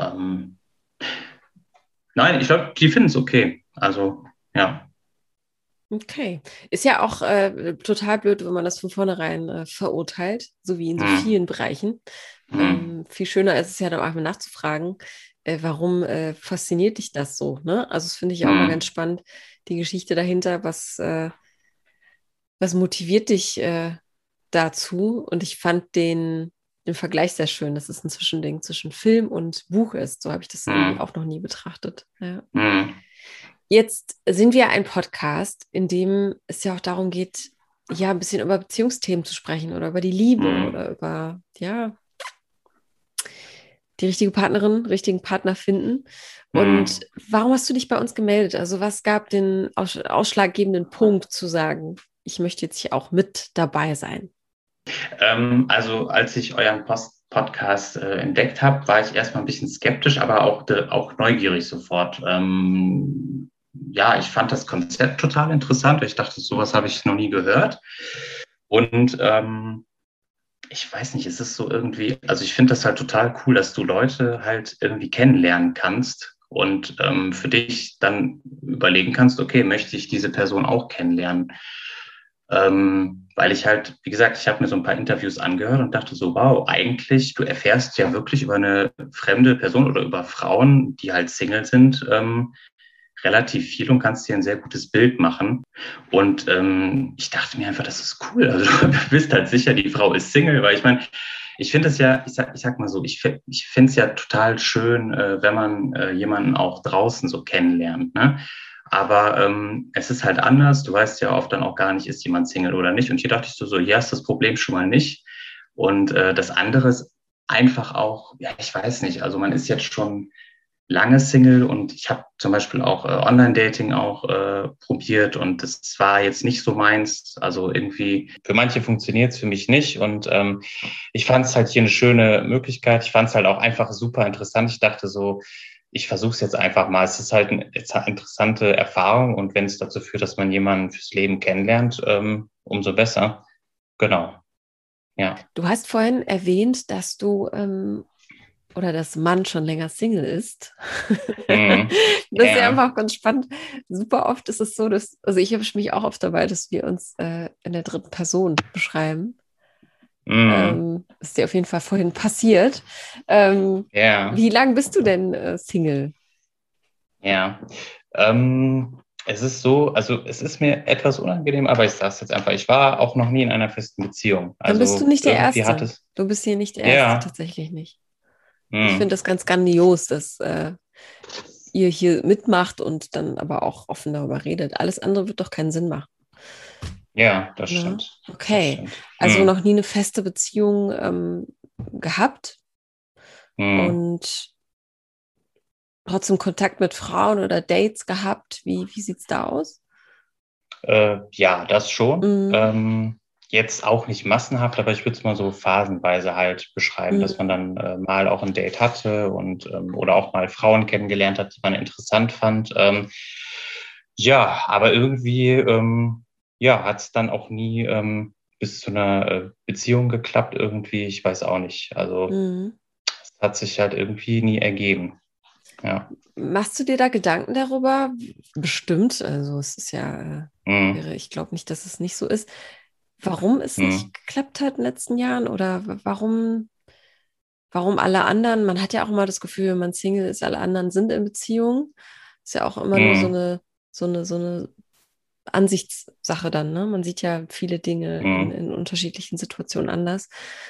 B: nein, ich glaube, die finden es okay. Also ja.
A: Okay. Ist ja auch total blöd, wenn man das von vornherein verurteilt, so wie in so
B: Hm,
A: vielen Bereichen.
B: hm,
A: Viel schöner ist es ja dann auch mal nachzufragen, warum fasziniert dich das so, ne? Also das finde ich ja auch mal ganz
B: hm,
A: spannend, die Geschichte dahinter, was motiviert dich dazu? Und ich fand den Vergleich sehr schön, dass es ein Zwischending zwischen Film und Buch ist. So habe ich das irgendwie
B: hm,
A: auch noch nie betrachtet. Ja.
B: hm,
A: Jetzt sind wir ein Podcast, in dem es ja auch darum geht, ja, ein bisschen über Beziehungsthemen zu sprechen oder über die Liebe
B: hm,
A: oder über, ja, die richtige Partnerin, richtigen Partner finden. Und
B: hm.
A: warum hast du dich bei uns gemeldet? Also was gab den ausschlaggebenden Punkt zu sagen, ich möchte jetzt hier auch mit dabei sein?
B: Also als ich euren Podcast entdeckt habe, war ich erstmal ein bisschen skeptisch, aber auch neugierig sofort. Ja, ich fand das Konzept total interessant. Ich dachte, sowas habe ich noch nie gehört. Und ich weiß nicht, es ist so irgendwie, also ich finde das halt total cool, dass du Leute halt irgendwie kennenlernen kannst und für dich dann überlegen kannst, okay, möchte ich diese Person auch kennenlernen? Weil ich halt, wie gesagt, ich habe mir so ein paar Interviews angehört und dachte so, wow, eigentlich, du erfährst ja wirklich über eine fremde Person oder über Frauen, die halt Single sind, relativ viel und kannst dir ein sehr gutes Bild machen. Und ich dachte mir einfach, das ist cool. Also du bist halt sicher, die Frau ist Single, weil ich meine, ich finde es ja, ich sag mal so, ich finde es ja total schön, wenn man jemanden auch draußen so kennenlernt. Ne? Aber es ist halt anders. Du weißt ja oft dann auch gar nicht, ist jemand Single oder nicht. Und hier dachte ich so, hier ist das Problem schon mal nicht. Und das andere ist einfach auch, ja, ich weiß nicht, also man ist jetzt schon lange Single und ich habe zum Beispiel auch Online-Dating auch probiert und das war jetzt nicht so meins. Also irgendwie, für manche funktioniert es, für mich nicht. Und ich fand es halt hier eine schöne Möglichkeit. Ich fand es halt auch einfach super interessant. Ich dachte so, ich versuche es jetzt einfach mal. Es ist halt eine interessante Erfahrung und wenn es dazu führt, dass man jemanden fürs Leben kennenlernt, umso besser. Genau, ja.
A: Du hast vorhin erwähnt, dass du oder dass Mann schon länger Single ist.
B: Mhm.
A: Das ist ja
B: Ja.
A: einfach ganz spannend. Super oft ist es so, dass, also ich erwische mich auch oft dabei, dass wir uns in der dritten Person beschreiben.
B: Mhm.
A: Ist dir auf jeden Fall vorhin passiert.
B: Ja.
A: Wie lange bist du denn Single?
B: Ja. Es ist so, also es ist mir etwas unangenehm, aber ich sage es jetzt einfach, ich war auch noch nie in einer festen Beziehung.
A: Dann bist du
B: Also
A: nicht der
B: irgendwie hat
A: Erste.
B: es,
A: Du bist hier nicht der Erste,
B: ja,
A: tatsächlich nicht. Ich finde
B: hm,
A: das ganz grandios, dass ihr hier mitmacht und dann aber auch offen darüber redet. Alles andere wird doch keinen Sinn machen.
B: ja, das
A: Ne?
B: stimmt. Das
A: Okay,
B: stimmt.
A: also noch nie eine feste Beziehung gehabt
B: Hm.
A: und trotzdem Kontakt mit Frauen oder Dates gehabt. Wie sieht es da aus?
B: Ja, das schon.
A: Mhm.
B: Jetzt auch nicht massenhaft, aber ich würde es mal so phasenweise halt beschreiben, dass man
A: Mhm.
B: dann mal auch ein Date hatte und oder auch mal Frauen kennengelernt hat, die man interessant fand. Ja, aber irgendwie ja, hat es dann auch nie bis zu einer Beziehung geklappt irgendwie. Ich weiß auch nicht. Also
A: Mhm.
B: es hat sich halt irgendwie nie ergeben. Ja.
A: Machst du dir da Gedanken darüber? Bestimmt, also es ist ja,
B: Hm,
A: ich glaube nicht, dass es nicht so ist. Warum es
B: hm,
A: nicht geklappt hat in den letzten Jahren oder warum alle anderen, man hat ja auch immer das Gefühl, wenn man Single ist, alle anderen sind in Beziehung. Ist ja auch immer nur
B: hm,
A: so eine Ansichtssache dann, ne? Man sieht ja viele Dinge
B: hm.
A: in unterschiedlichen Situationen anders.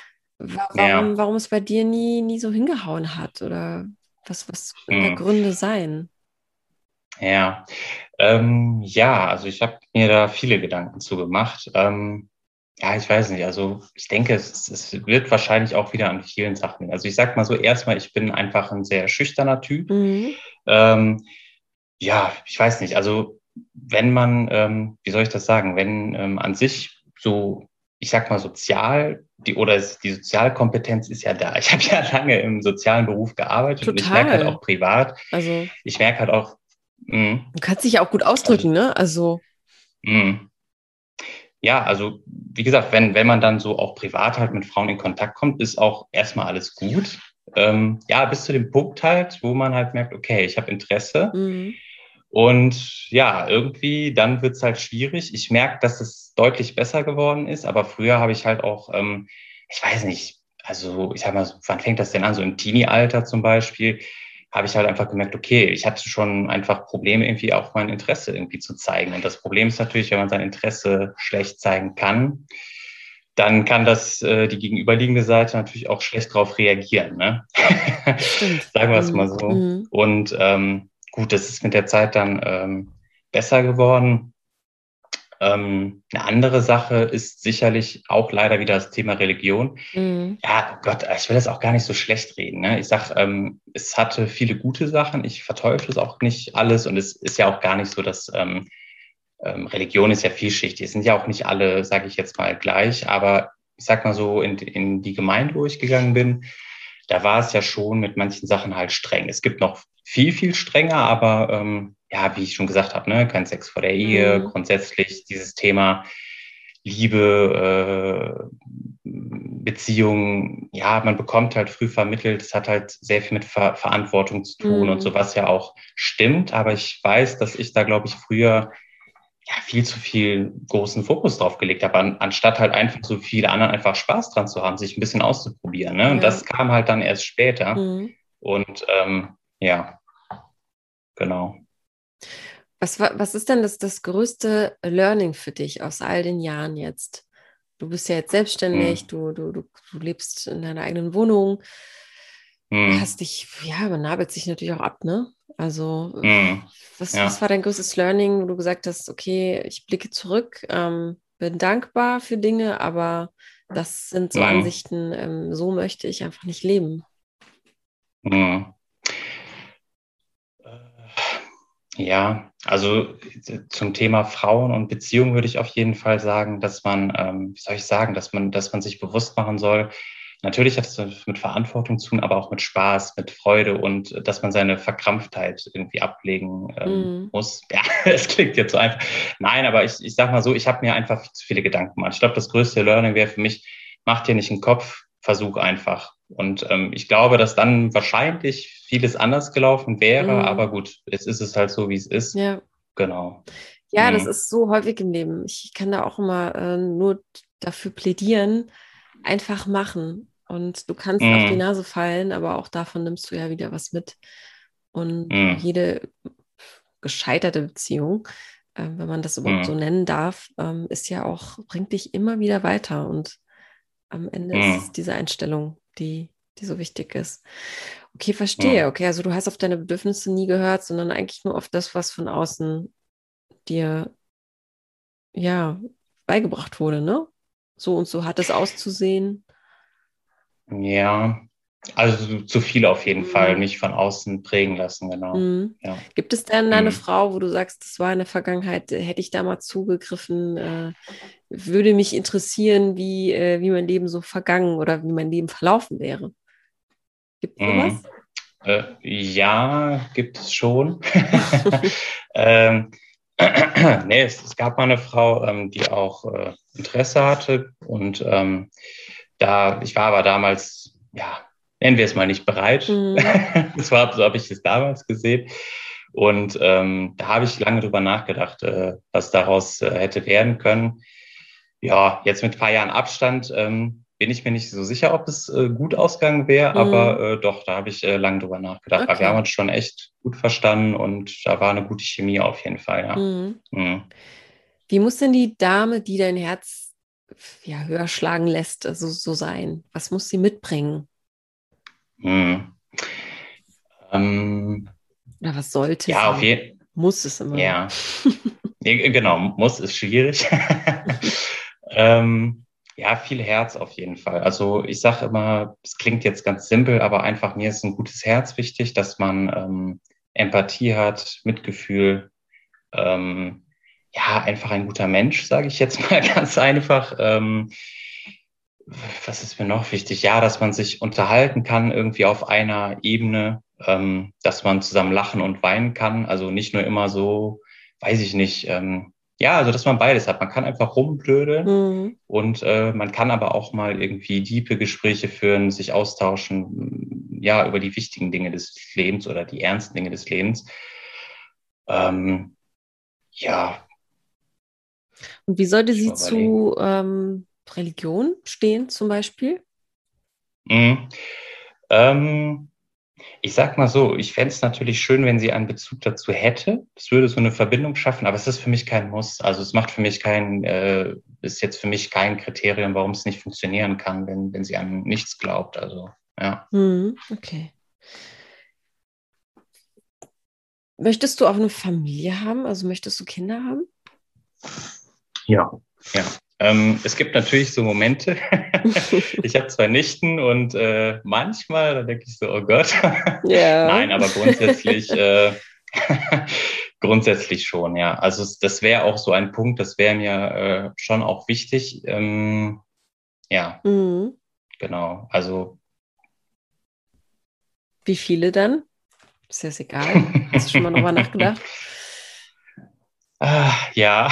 B: Ja.
A: Warum es bei dir nie so hingehauen hat? Oder was können da
B: Hm.
A: Gründe sein?
B: Ja, ja, also ich habe mir da viele Gedanken zu gemacht. Ja, ich weiß nicht. Also ich denke, es wird wahrscheinlich auch wieder an vielen Sachen liegen. Also ich sag mal so, erstmal, ich bin einfach ein sehr schüchterner Typ.
A: Mhm.
B: Ähm, ja, ich weiß nicht. Also wenn man, wie soll ich das sagen, wenn an sich so, ich sag mal sozial, die Sozialkompetenz ist ja da. Ich habe ja lange im sozialen Beruf gearbeitet und ich merke halt
A: Total.
B: auch privat,
A: Also,
B: ich merke halt auch,
A: du kannst dich ja auch gut
B: also
A: ausdrücken, ne? Also,
B: mh, ja, also wie gesagt, wenn man dann so auch privat halt mit Frauen in Kontakt kommt, ist auch erstmal alles gut. Ja, bis zu dem Punkt halt, wo man halt merkt, okay, ich habe Interesse.
A: mhm.
B: Und ja, irgendwie dann wird's halt schwierig. Ich merke, dass es deutlich besser geworden ist, aber früher habe ich halt auch, ich weiß nicht, also ich sag mal, wann fängt das denn an? So im Teenie-Alter zum Beispiel, habe ich halt einfach gemerkt, okay, ich hatte schon einfach Probleme, irgendwie auch mein Interesse irgendwie zu zeigen. Und das Problem ist natürlich, wenn man sein Interesse schlecht zeigen kann, dann kann das die gegenüberliegende Seite natürlich auch schlecht darauf reagieren, ne?
A: Stimmt.
B: Sagen wir es mal
A: Mhm.
B: so.
A: Mhm.
B: Und gut, das ist mit der Zeit dann besser geworden. Eine andere Sache ist sicherlich auch leider wieder das Thema Religion.
A: Mhm.
B: Ja, oh Gott, ich will das auch gar nicht so schlecht reden. Ne? Ich sag, es hatte viele gute Sachen. Ich verteufle es auch nicht alles. Und es ist ja auch gar nicht so, dass Religion ist ja vielschichtig. Es sind ja auch nicht alle, sage ich jetzt mal, gleich. Aber ich sag mal so, in die Gemeinde, wo ich gegangen bin, da war es ja schon mit manchen Sachen halt streng. Es gibt noch viel strenger, aber ja, wie ich schon gesagt habe, ne, kein Sex vor der Ehe,
A: Mhm.
B: grundsätzlich dieses Thema Liebe, Beziehung, ja, man bekommt halt früh vermittelt, es hat halt sehr viel mit Verantwortung zu tun und
A: Mhm.
B: so, was ja auch stimmt. Aber ich weiß, dass ich da, glaube ich, früher ja, viel zu viel großen Fokus drauf gelegt habe, anstatt halt einfach so viele anderen einfach Spaß dran zu haben, sich ein bisschen auszuprobieren. Ne? Und
A: Ja.
B: das kam halt dann erst später.
A: Mhm.
B: Und ja, genau.
A: Was ist denn das größte Learning für dich aus all den Jahren jetzt? Du bist ja jetzt selbstständig,
B: Hm.
A: du lebst in deiner eigenen Wohnung,
B: Hm.
A: hast dich, ja, man nabelt sich natürlich auch ab, ne? Also,
B: Mhm.
A: was
B: Ja.
A: war dein größtes Learning, wo du gesagt hast, okay, ich blicke zurück, bin dankbar für Dinge, aber das sind so
B: Mhm.
A: Ansichten, so möchte ich einfach nicht leben.
B: Mhm. Ja, also zum Thema Frauen und Beziehungen würde ich auf jeden Fall sagen, dass man, wie soll ich sagen, dass man sich bewusst machen soll. Natürlich hat es mit Verantwortung zu tun, aber auch mit Spaß, mit Freude und dass man seine Verkrampftheit irgendwie ablegen
A: Mhm.
B: muss. Ja, es klingt jetzt so einfach. Nein, aber ich sag mal so, ich habe mir einfach viel zu viele Gedanken gemacht. Ich glaube, das größte Learning wäre für mich, mach dir nicht einen Kopf, versuch einfach. Und ich glaube, dass dann wahrscheinlich vieles anders gelaufen wäre,
A: Mhm.
B: aber gut, jetzt ist es halt so, wie es ist.
A: Ja.
B: Genau.
A: Ja, das
B: Mhm.
A: ist so häufig im Leben. Ich kann da auch immer nur dafür plädieren, einfach machen. Und du kannst auf die
B: Mhm.
A: Nase fallen, aber auch davon nimmst du ja wieder was mit. Und
B: Mhm.
A: jede gescheiterte Beziehung, wenn man das überhaupt so
B: Mhm.
A: nennen darf, ist ja auch, bringt dich immer wieder weiter. Und am Ende ist es
B: Mhm.
A: diese Einstellung, die so wichtig ist. Okay, verstehe.
B: Mhm.
A: Okay, also du hast auf deine Bedürfnisse nie gehört, sondern eigentlich nur auf das, was von außen dir ja beigebracht wurde, ne? So und so hat es auszusehen.
B: Ja, also zu viel auf jeden Fall,
A: Mhm.
B: mich von außen prägen lassen, genau.
A: Mhm.
B: Ja.
A: Gibt es denn eine
B: Mhm.
A: Frau, wo du sagst, das war in der Vergangenheit, hätte ich da mal zugegriffen, würde mich interessieren, wie mein Leben so vergangen oder wie mein Leben verlaufen wäre? Gibt es
B: Mhm.
A: sowas?
B: Ja, gibt es schon. ähm, nee, es gab mal eine Frau, die auch Interesse hatte und ich war aber damals, ja, nennen wir es mal nicht bereit.
A: Mhm.
B: Das war, so habe ich es damals gesehen. Und da habe ich lange drüber nachgedacht, was daraus hätte werden können. Ja, jetzt mit ein paar Jahren Abstand bin ich mir nicht so sicher, ob es gut ausgegangen wäre, aber
A: Mhm.
B: doch, da habe ich lange drüber nachgedacht, weil wir haben
A: Okay.
B: uns schon echt gut verstanden und da war eine gute Chemie auf jeden Fall, ja.
A: Mhm.
B: Mhm.
A: Wie muss denn die Dame, die dein Herz ja, höher schlagen lässt, so sein? Was muss sie mitbringen?
B: Mhm. Ähm,
A: Oder was sollte
B: ja, auf
A: sie?
B: jeden
A: Muss es immer?
B: ja, genau, muss ist schwierig. ähm, ja, viel Herz auf jeden Fall. Also ich sage immer, es klingt jetzt ganz simpel, aber einfach mir ist ein gutes Herz wichtig, dass man Empathie hat, Mitgefühl, ähm, ja, einfach ein guter Mensch, sage ich jetzt mal ganz einfach. Was ist mir noch wichtig? Ja, dass man sich unterhalten kann, irgendwie auf einer Ebene, dass man zusammen lachen und weinen kann. Also nicht nur immer so, weiß ich nicht, ja, also dass man beides hat. Man kann einfach rumblödeln
A: Mhm.
B: und man kann aber auch mal irgendwie tiefe Gespräche führen, sich austauschen, ja, über die wichtigen Dinge des Lebens oder die ernsten Dinge des Lebens. Ähm, ja,
A: Und wie sollte
B: ich
A: sie
B: mal überlegen.
A: zu Religion stehen, zum Beispiel?
B: Mhm. Ähm, Ich sag mal so, ich fände es natürlich schön, wenn sie einen Bezug dazu hätte. Das würde so eine Verbindung schaffen, aber es ist für mich kein Muss. Also es macht für mich ist jetzt für mich kein Kriterium, warum es nicht funktionieren kann, wenn sie an nichts glaubt. Also, ja.
A: Mhm. Okay. Möchtest du auch eine Familie haben? Also möchtest du Kinder haben?
B: Ja. Ja. Es gibt natürlich so Momente. Ich habe zwei Nichten und manchmal, da denke ich so, oh Gott.
A: Ja.
B: Nein, aber grundsätzlich, grundsätzlich schon, ja. Also das wäre auch so ein Punkt, das wäre mir schon auch wichtig. Ja,
A: Mhm.
B: genau. Also
A: Wie viele dann? Ist das egal? Hast du schon mal drüber nachgedacht?
B: ja,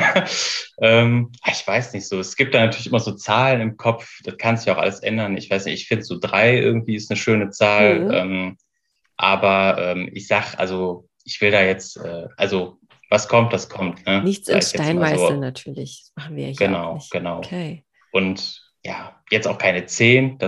B: ich weiß nicht so. Es gibt da natürlich immer so Zahlen im Kopf. Das kann sich auch alles ändern. Ich weiß nicht. Ich finde so drei irgendwie ist eine schöne Zahl.
A: Mhm.
B: Aber ich sag, also ich will da jetzt, also was kommt, das kommt. Ne?
A: Nichts in
B: Sag ich jetzt
A: Stein
B: mal
A: meißeln,
B: so.
A: natürlich. Das machen wir ja hier auch
B: Genau,
A: nicht.
B: genau.
A: Okay.
B: Und ja, jetzt auch keine 10.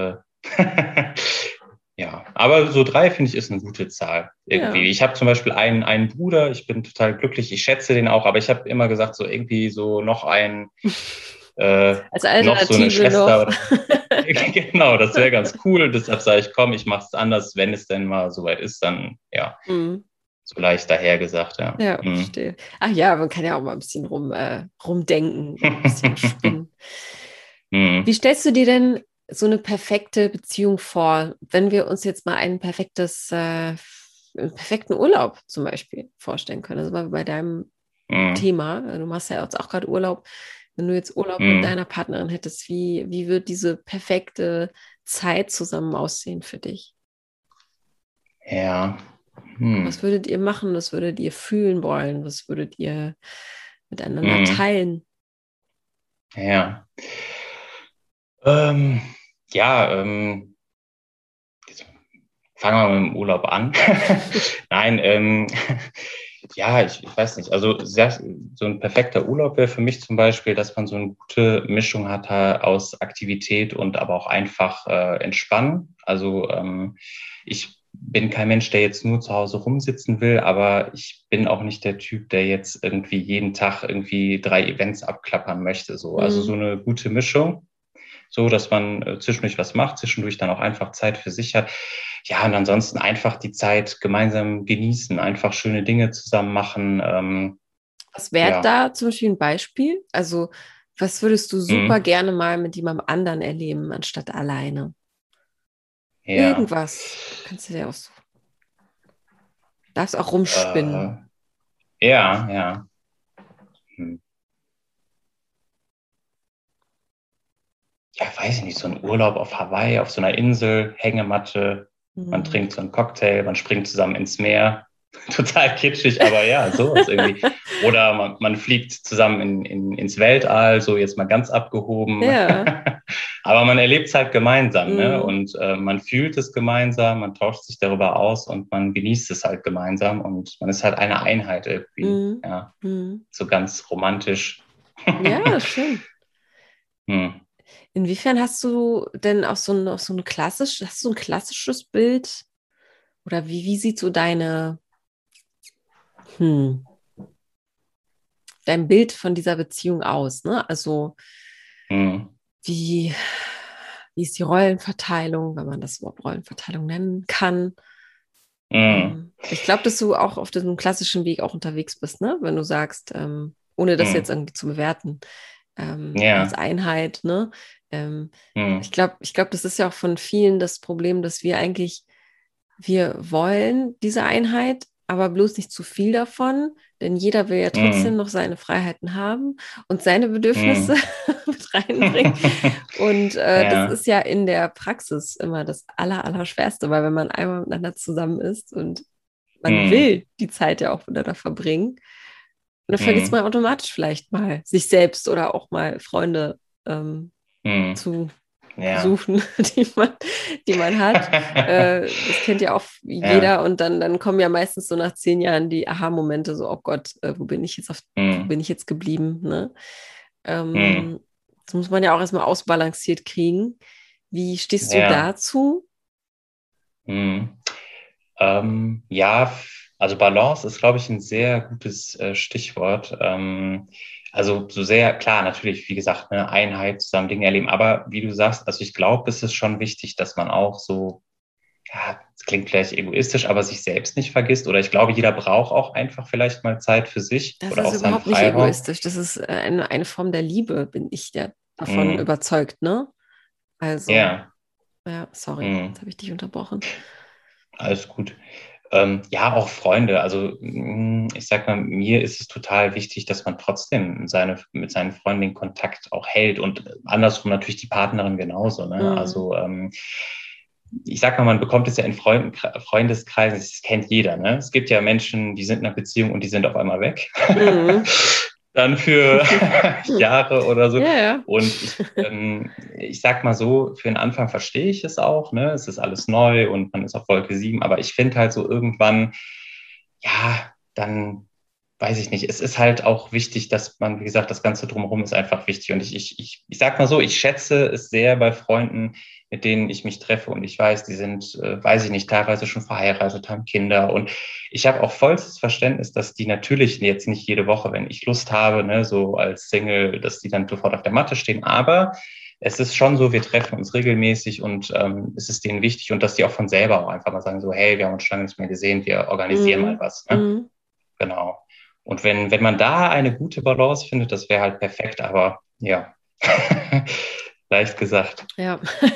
B: Ja, aber so drei finde ich ist eine gute Zahl irgendwie.
A: Ja.
B: Ich habe zum Beispiel einen Bruder, ich bin total glücklich, ich schätze den auch, aber ich habe immer gesagt, so irgendwie so noch einen,
A: Als
B: noch so eine
A: Alternative
B: Schwester
A: noch.
B: oder genau, das wäre ganz cool. Deshalb sage ich, komm, ich mache es anders, wenn es denn mal soweit ist, dann ja,
A: Mhm.
B: so leicht dahergesagt, ja.
A: Ja, verstehe. Ach ja, man kann ja auch mal ein bisschen rumdenken, ein bisschen spinnen. Wie stellst du dir denn so eine perfekte Beziehung vor, wenn wir uns jetzt mal einen perfekten Urlaub zum Beispiel vorstellen können? Also mal bei deinem Thema, du machst ja jetzt auch gerade Urlaub. Wenn du jetzt Urlaub mit deiner Partnerin hättest, wie wird diese perfekte Zeit zusammen aussehen für dich?
B: Ja.
A: Was würdet ihr machen? Was würdet ihr fühlen wollen? Was würdet ihr miteinander teilen?
B: Ja. Ähm, ja, jetzt fangen wir mit dem Urlaub an. Nein, ja, ich weiß nicht. Also so ein perfekter Urlaub wäre für mich zum Beispiel, dass man so eine gute Mischung hat aus Aktivität und aber auch einfach Entspannen. Also ich bin kein Mensch, der jetzt nur zu Hause rumsitzen will, aber ich bin auch nicht der Typ, der jetzt irgendwie jeden Tag irgendwie 3 Events abklappern möchte. So. Also so
A: Mhm.
B: eine gute Mischung, so dass man zwischendurch was macht, zwischendurch dann auch einfach Zeit für sich hat. Ja, und ansonsten einfach die Zeit gemeinsam genießen, einfach schöne Dinge zusammen machen.
A: Was wäre
B: Ja,
A: da zum Beispiel ein Beispiel? Also, was würdest du super
B: mhm.
A: gerne mal mit jemandem anderen erleben, anstatt alleine?
B: Ja,
A: Irgendwas kannst du dir aussuchen. Darfst auch
B: äh,
A: rumspinnen.
B: ja, ja. Hm. Ja, weiß ich nicht, so ein Urlaub auf Hawaii, auf so einer Insel, Hängematte, man
A: Mhm.
B: trinkt so einen Cocktail, man springt zusammen ins Meer. Total kitschig, aber ja, sowas irgendwie. Oder man fliegt zusammen ins Weltall, so jetzt mal ganz abgehoben.
A: Ja.
B: Aber man erlebt es halt gemeinsam, ne?
A: Mhm.
B: Und man fühlt es gemeinsam, man tauscht sich darüber aus und man genießt es halt gemeinsam und man ist halt eine Einheit irgendwie.
A: Mhm.
B: Ja,
A: Mhm.
B: so ganz romantisch.
A: Ja, schön.
B: Hm.
A: Inwiefern hast du denn hast du ein klassisches Bild? Oder wie sieht so hm, dein Bild von dieser Beziehung aus, ne? Also,
B: Hm.
A: wie, wie ist die Rollenverteilung, wenn man das überhaupt Rollenverteilung nennen kann?
B: Hm.
A: Ich glaube, dass du auch auf diesem klassischen Weg auch unterwegs bist, ne? Wenn du sagst, ohne das jetzt
B: Hm.
A: irgendwie zu bewerten, als
B: Ja.
A: Einheit, ne? Ähm,
B: Hm.
A: ich glaube, das ist ja auch von vielen das Problem, dass wir wollen diese Einheit, aber bloß nicht zu viel davon, denn jeder will ja trotzdem
B: Hm.
A: noch seine Freiheiten haben und seine Bedürfnisse
B: Hm.
A: mit reinbringen. Und das
B: Ja.
A: ist ja in der Praxis immer das Allerschwerste, weil wenn man einmal miteinander zusammen ist und man
B: Hm.
A: will die Zeit ja auch miteinander verbringen, dann vergisst
B: Hm.
A: man automatisch vielleicht mal sich selbst oder auch mal Freunde
B: Hm.
A: zu
B: Ja.
A: suchen, die man hat. Das kennt ja auch
B: Ja.
A: jeder und dann kommen ja meistens so nach 10 Jahren die Aha-Momente, so, oh Gott, wo
B: Hm.
A: bin ich jetzt geblieben, ne?
B: Hm.
A: Das muss man ja auch erstmal ausbalanciert kriegen. Wie stehst du
B: Ja.
A: dazu?
B: Hm. Ja, also Balance ist, glaube ich, ein sehr gutes Stichwort. Also so sehr, klar, natürlich, wie gesagt, eine Einheit, zusammen Dinge erleben. Aber wie du sagst, also ich glaube, es ist schon wichtig, dass man auch so, ja, es klingt vielleicht egoistisch, aber sich selbst nicht vergisst. Oder ich glaube, jeder braucht auch einfach vielleicht mal Zeit für sich
A: Das
B: oder
A: ist
B: auch seinen
A: überhaupt nicht
B: Freiraum.
A: egoistisch. Das ist eine Form der Liebe, bin ich ja davon
B: Hm.
A: überzeugt, ne? Also,
B: Ja.
A: ja, sorry,
B: Hm.
A: jetzt habe ich dich unterbrochen.
B: Alles gut. Ja, auch Freunde. Also ich sag mal, mir ist es total wichtig, dass man trotzdem mit seinen Freunden den Kontakt auch hält und andersrum natürlich die Partnerin genauso. Ne?
A: Mhm.
B: Also ich sag mal, man bekommt es ja in Freundeskreisen, das kennt jeder. Ne? Es gibt ja Menschen, die sind in einer Beziehung und die sind auf einmal weg.
A: Mhm.
B: Dann für Jahre oder so.
A: Ja, ja.
B: Und ich sag mal so, für den Anfang verstehe ich es auch, ne? Es ist alles neu und man ist auf Wolke 7, aber ich finde halt so irgendwann, ja, dann weiß ich nicht, es ist halt auch wichtig, dass man, wie gesagt, das Ganze drumherum ist einfach wichtig. Und ich sag mal so, ich schätze es sehr bei Freunden, mit denen ich mich treffe und ich weiß, die sind, weiß ich nicht, teilweise schon verheiratet, haben Kinder. Und ich habe auch vollstes Verständnis, dass die natürlich jetzt nicht jede Woche, wenn ich Lust habe, ne, so als Single, dass die dann sofort auf der Matte stehen. Aber es ist schon so, wir treffen uns regelmäßig und es ist denen wichtig und dass die auch von selber auch einfach mal sagen, so, hey, wir haben uns schon lange nicht mehr gesehen, wir organisieren mal
A: Mhm.
B: was. Ne?
A: Mhm.
B: Genau. Und wenn man da eine gute Balance findet, das wäre halt perfekt, aber ja, leicht gesagt.
A: Ja,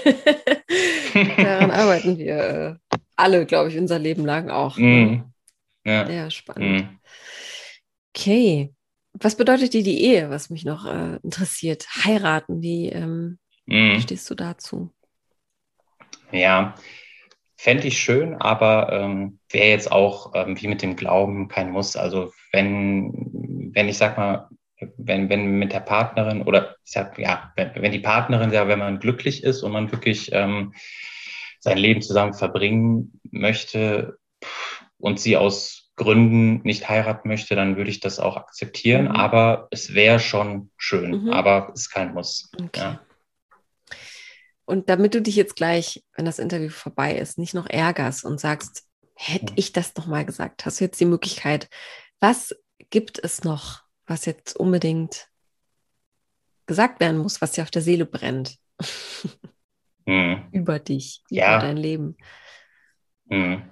A: daran arbeiten wir alle, glaube ich, unser Leben lang auch. Ne?
B: Mm, ja.
A: Ja, spannend.
B: Mm,
A: Okay. Was bedeutet dir die Ehe, was mich noch interessiert? Heiraten, wie
B: mm.
A: stehst du dazu?
B: Ja, fände ich schön, aber wäre jetzt auch wie mit dem Glauben kein Muss. Also wenn ich sag mal, wenn mit der Partnerin oder ich sag, ja, wenn die Partnerin, ja, wenn man glücklich ist und man wirklich sein Leben zusammen verbringen möchte und sie aus Gründen nicht heiraten möchte, dann würde ich das auch akzeptieren.
A: Mhm.
B: Aber es wäre schon schön,
A: Mhm.
B: aber ist kein Muss.
A: Okay.
B: Ja.
A: Und damit du dich jetzt gleich, wenn das Interview vorbei ist, nicht noch ärgerst und sagst, hätte ich das noch mal gesagt, hast du jetzt die Möglichkeit, was gibt es noch, was jetzt unbedingt gesagt werden muss, was dir auf der Seele brennt?
B: Hm.
A: Über dich, über dein
B: Ja.
A: Leben.
B: Hm.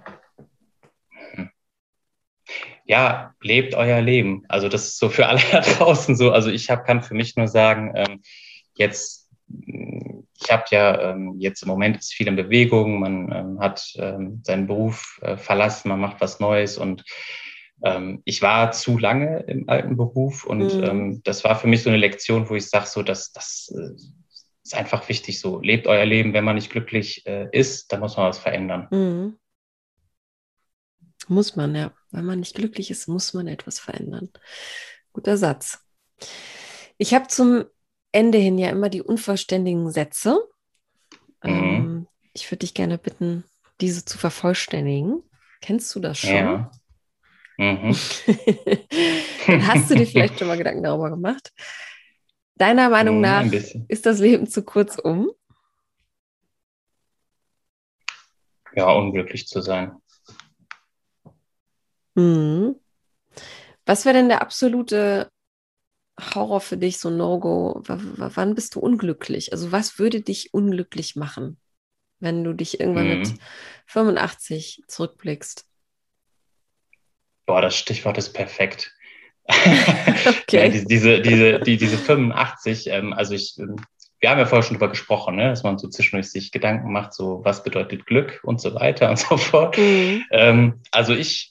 B: Ja, lebt euer Leben. Also das ist so für alle da draußen so. Also kann für mich nur sagen, jetzt, ich habe ja jetzt im Moment ist viel in Bewegung, man hat seinen Beruf verlassen, man macht was Neues und ich war zu lange im alten Beruf und
A: Mhm.
B: das war für mich so eine Lektion, wo ich sage, so, das ist einfach wichtig so. Lebt euer Leben, wenn man nicht glücklich ist, dann muss man was verändern.
A: Mhm. Muss man, ja. Wenn man nicht glücklich ist, muss man etwas verändern. Guter Satz. Ich habe zum Ende hin ja immer die unvollständigen Sätze.
B: Mhm.
A: Ich würde dich gerne bitten, diese zu vervollständigen. Kennst du das schon?
B: Ja. Mhm.
A: Dann hast du dir vielleicht schon mal Gedanken darüber gemacht. Deiner Meinung
B: Ein
A: nach
B: bisschen.
A: ist das Leben zu kurz um?
B: Ja, unglücklich zu sein.
A: Mhm. Was wäre denn der absolute Horror für dich, so No-Go? Wann bist du unglücklich? Also was würde dich unglücklich machen, wenn du dich irgendwann mit
B: Mhm.
A: 85 zurückblickst?
B: Boah, das Stichwort ist perfekt. Ja,
A: Okay.
B: diese 85, wir haben ja vorher schon drüber gesprochen, ne, dass man so zwischendurch sich Gedanken macht, so was bedeutet Glück und so weiter und so fort.
A: Mhm.
B: Also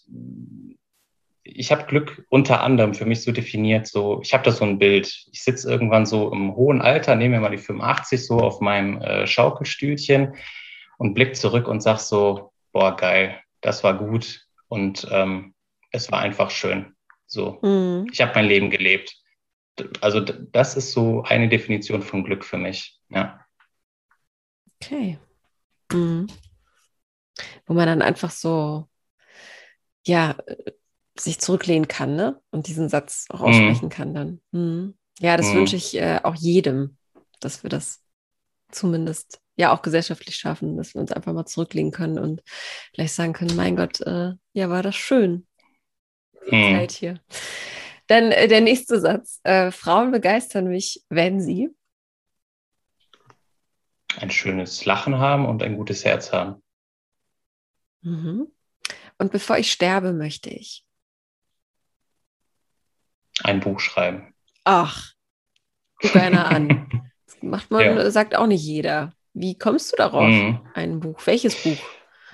B: ich habe Glück unter anderem für mich so definiert, so, ich habe da so ein Bild. Ich sitze irgendwann so im hohen Alter, nehme mir mal die 85 so auf meinem Schaukelstühlchen und blick zurück und sag so, boah, geil, das war gut und es war einfach schön. So,
A: Mhm.
B: ich habe mein Leben gelebt. Also das ist so eine Definition von Glück für mich. Ja.
A: Okay. Mhm. Wo man dann einfach so, ja, sich zurücklehnen kann, ne? Und diesen Satz auch aussprechen
B: Mhm.
A: kann dann. Mhm. Ja, das wünsche
B: Mhm.
A: ich auch jedem, dass wir das zumindest ja auch gesellschaftlich schaffen, dass wir uns einfach mal zurücklehnen können und gleich sagen können, mein Gott, ja, war das schön, die Zeit
B: Mhm.
A: hier. Dann der nächste Satz. Frauen begeistern mich, wenn sie.
B: Ein schönes Lachen haben und ein gutes Herz haben.
A: Mhm. Und bevor ich sterbe, möchte ich.
B: Ein Buch schreiben.
A: Ach, guck einer an. Das macht man,
B: Ja.
A: sagt auch nicht jeder. Wie kommst du darauf?
B: Mhm.
A: Ein Buch. Welches Buch?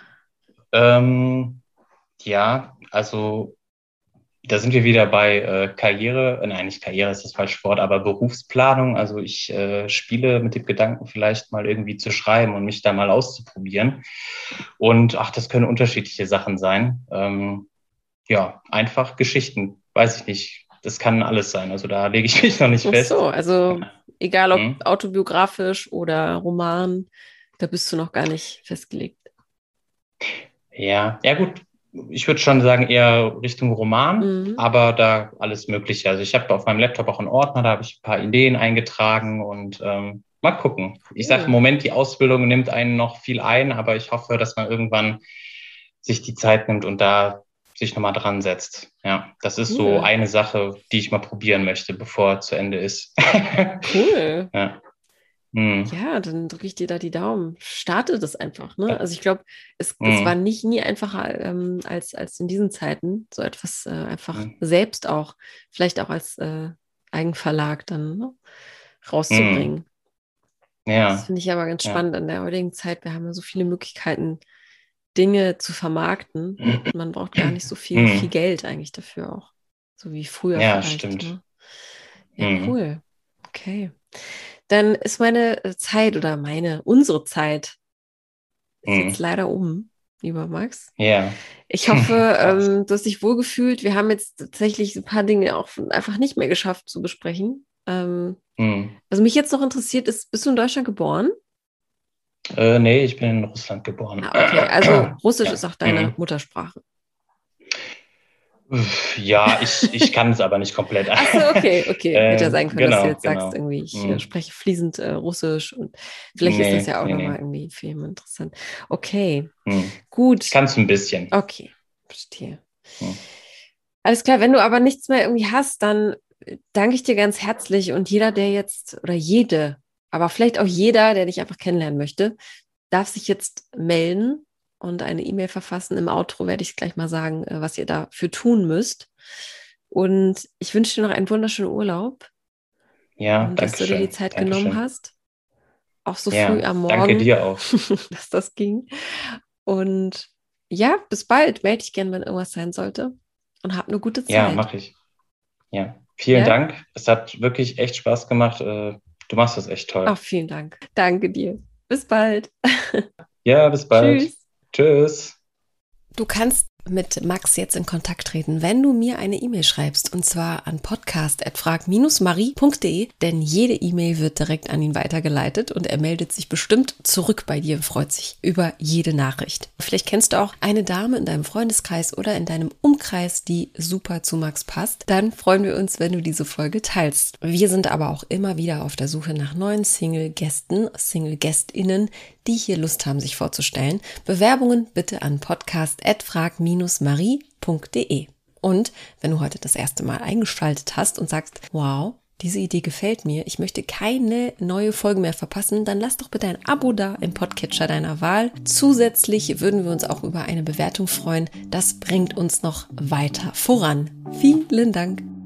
B: Ähm, ja, also da sind wir wieder bei Karriere, nein, nicht Karriere ist das falsche Wort, aber Berufsplanung. Also ich spiele mit dem Gedanken, vielleicht mal irgendwie zu schreiben und mich da mal auszuprobieren. Und ach, das können unterschiedliche Sachen sein. Ja, einfach Geschichten, weiß ich nicht. Das kann alles sein. Also da lege ich mich noch nicht
A: Ach so,
B: fest.
A: also egal ob
B: Hm?
A: autobiografisch oder Roman, da bist du noch gar nicht festgelegt.
B: Ja, ja gut. ich würde schon sagen, eher Richtung Roman, aber da alles Mögliche. Also ich habe auf meinem Laptop auch einen Ordner, da habe ich ein paar Ideen eingetragen und mal gucken. Ich sage im Moment, die Ausbildung nimmt einen noch viel ein, aber ich hoffe, dass man irgendwann sich die Zeit nimmt und da sich nochmal dran setzt. Ja, das ist so eine Sache, die ich mal probieren möchte, bevor es zu Ende ist.
A: Cool.
B: Ja.
A: Ja, dann drücke ich dir da die Daumen. Starte das einfach, ne? Also ich glaube, es war nie einfacher als in diesen Zeiten, so etwas einfach selbst auch, vielleicht auch als Eigenverlag dann, ne, rauszubringen.
B: Ja.
A: Das finde ich aber ganz spannend an der heutigen Zeit. Wir haben ja so viele Möglichkeiten, Dinge zu vermarkten. Man braucht gar nicht so viel Geld eigentlich dafür auch. So wie früher
B: ja,
A: vielleicht.
B: Stimmt.
A: Ne? Ja, cool. Okay. Dann ist meine Zeit oder unsere Zeit ist jetzt leider lieber Max.
B: Ja.
A: Ich hoffe, du hast dich wohlgefühlt. Wir haben jetzt tatsächlich ein paar Dinge auch einfach nicht mehr geschafft zu besprechen. Was mich jetzt noch interessiert ist, bist du in Deutschland geboren?
B: Nee, ich bin in Russland geboren.
A: Okay, also Russisch ist auch deine Muttersprache.
B: Ja, ich kann es aber nicht komplett.
A: Ach so, okay. Hätte ja sein können, dass du jetzt sagst, irgendwie, ich spreche fließend Russisch und vielleicht ist das ja auch nochmal irgendwie für jemanden interessant. Okay, gut.
B: Ich kann es ein bisschen.
A: Okay, verstehe. Alles klar, wenn du aber nichts mehr irgendwie hast, dann danke ich dir ganz herzlich und jeder, der jetzt, oder jede, aber vielleicht auch jeder, der dich einfach kennenlernen möchte, darf sich jetzt melden und eine E-Mail verfassen. Im Outro werde ich gleich mal sagen, was ihr dafür tun müsst. Und ich wünsche dir noch einen wunderschönen Urlaub.
B: Ja,
A: und dass du dir die Zeit genommen hast. Auch so früh am Morgen.
B: Danke dir auch.
A: dass das ging. Und ja, bis bald. Melde dich gerne, wenn irgendwas sein sollte. Und hab eine gute Zeit.
B: Ja, mache ich. Ja, vielen Dank. Es hat wirklich echt Spaß gemacht. Du machst das echt toll.
A: Ach, vielen Dank. Danke dir. Bis bald.
B: Ja, bis bald.
A: Tschüss.
B: Tschüss.
A: Du kannst mit Max jetzt in Kontakt treten, wenn du mir eine E-Mail schreibst, und zwar an podcast@frag-marie.de, denn jede E-Mail wird direkt an ihn weitergeleitet und er meldet sich bestimmt zurück bei dir und freut sich über jede Nachricht. Vielleicht kennst du auch eine Dame in deinem Freundeskreis oder in deinem Umkreis, die super zu Max passt. Dann freuen wir uns, wenn du diese Folge teilst. Wir sind aber auch immer wieder auf der Suche nach neuen Single-Gästen, Single-GästInnen, die hier Lust haben, sich vorzustellen. Bewerbungen bitte an podcast@frag-marie.de. Und wenn du heute das erste Mal eingeschaltet hast und sagst, wow, diese Idee gefällt mir, ich möchte keine neue Folge mehr verpassen, dann lass doch bitte ein Abo da im Podcatcher deiner Wahl. Zusätzlich würden wir uns auch über eine Bewertung freuen. Das bringt uns noch weiter voran. Vielen Dank.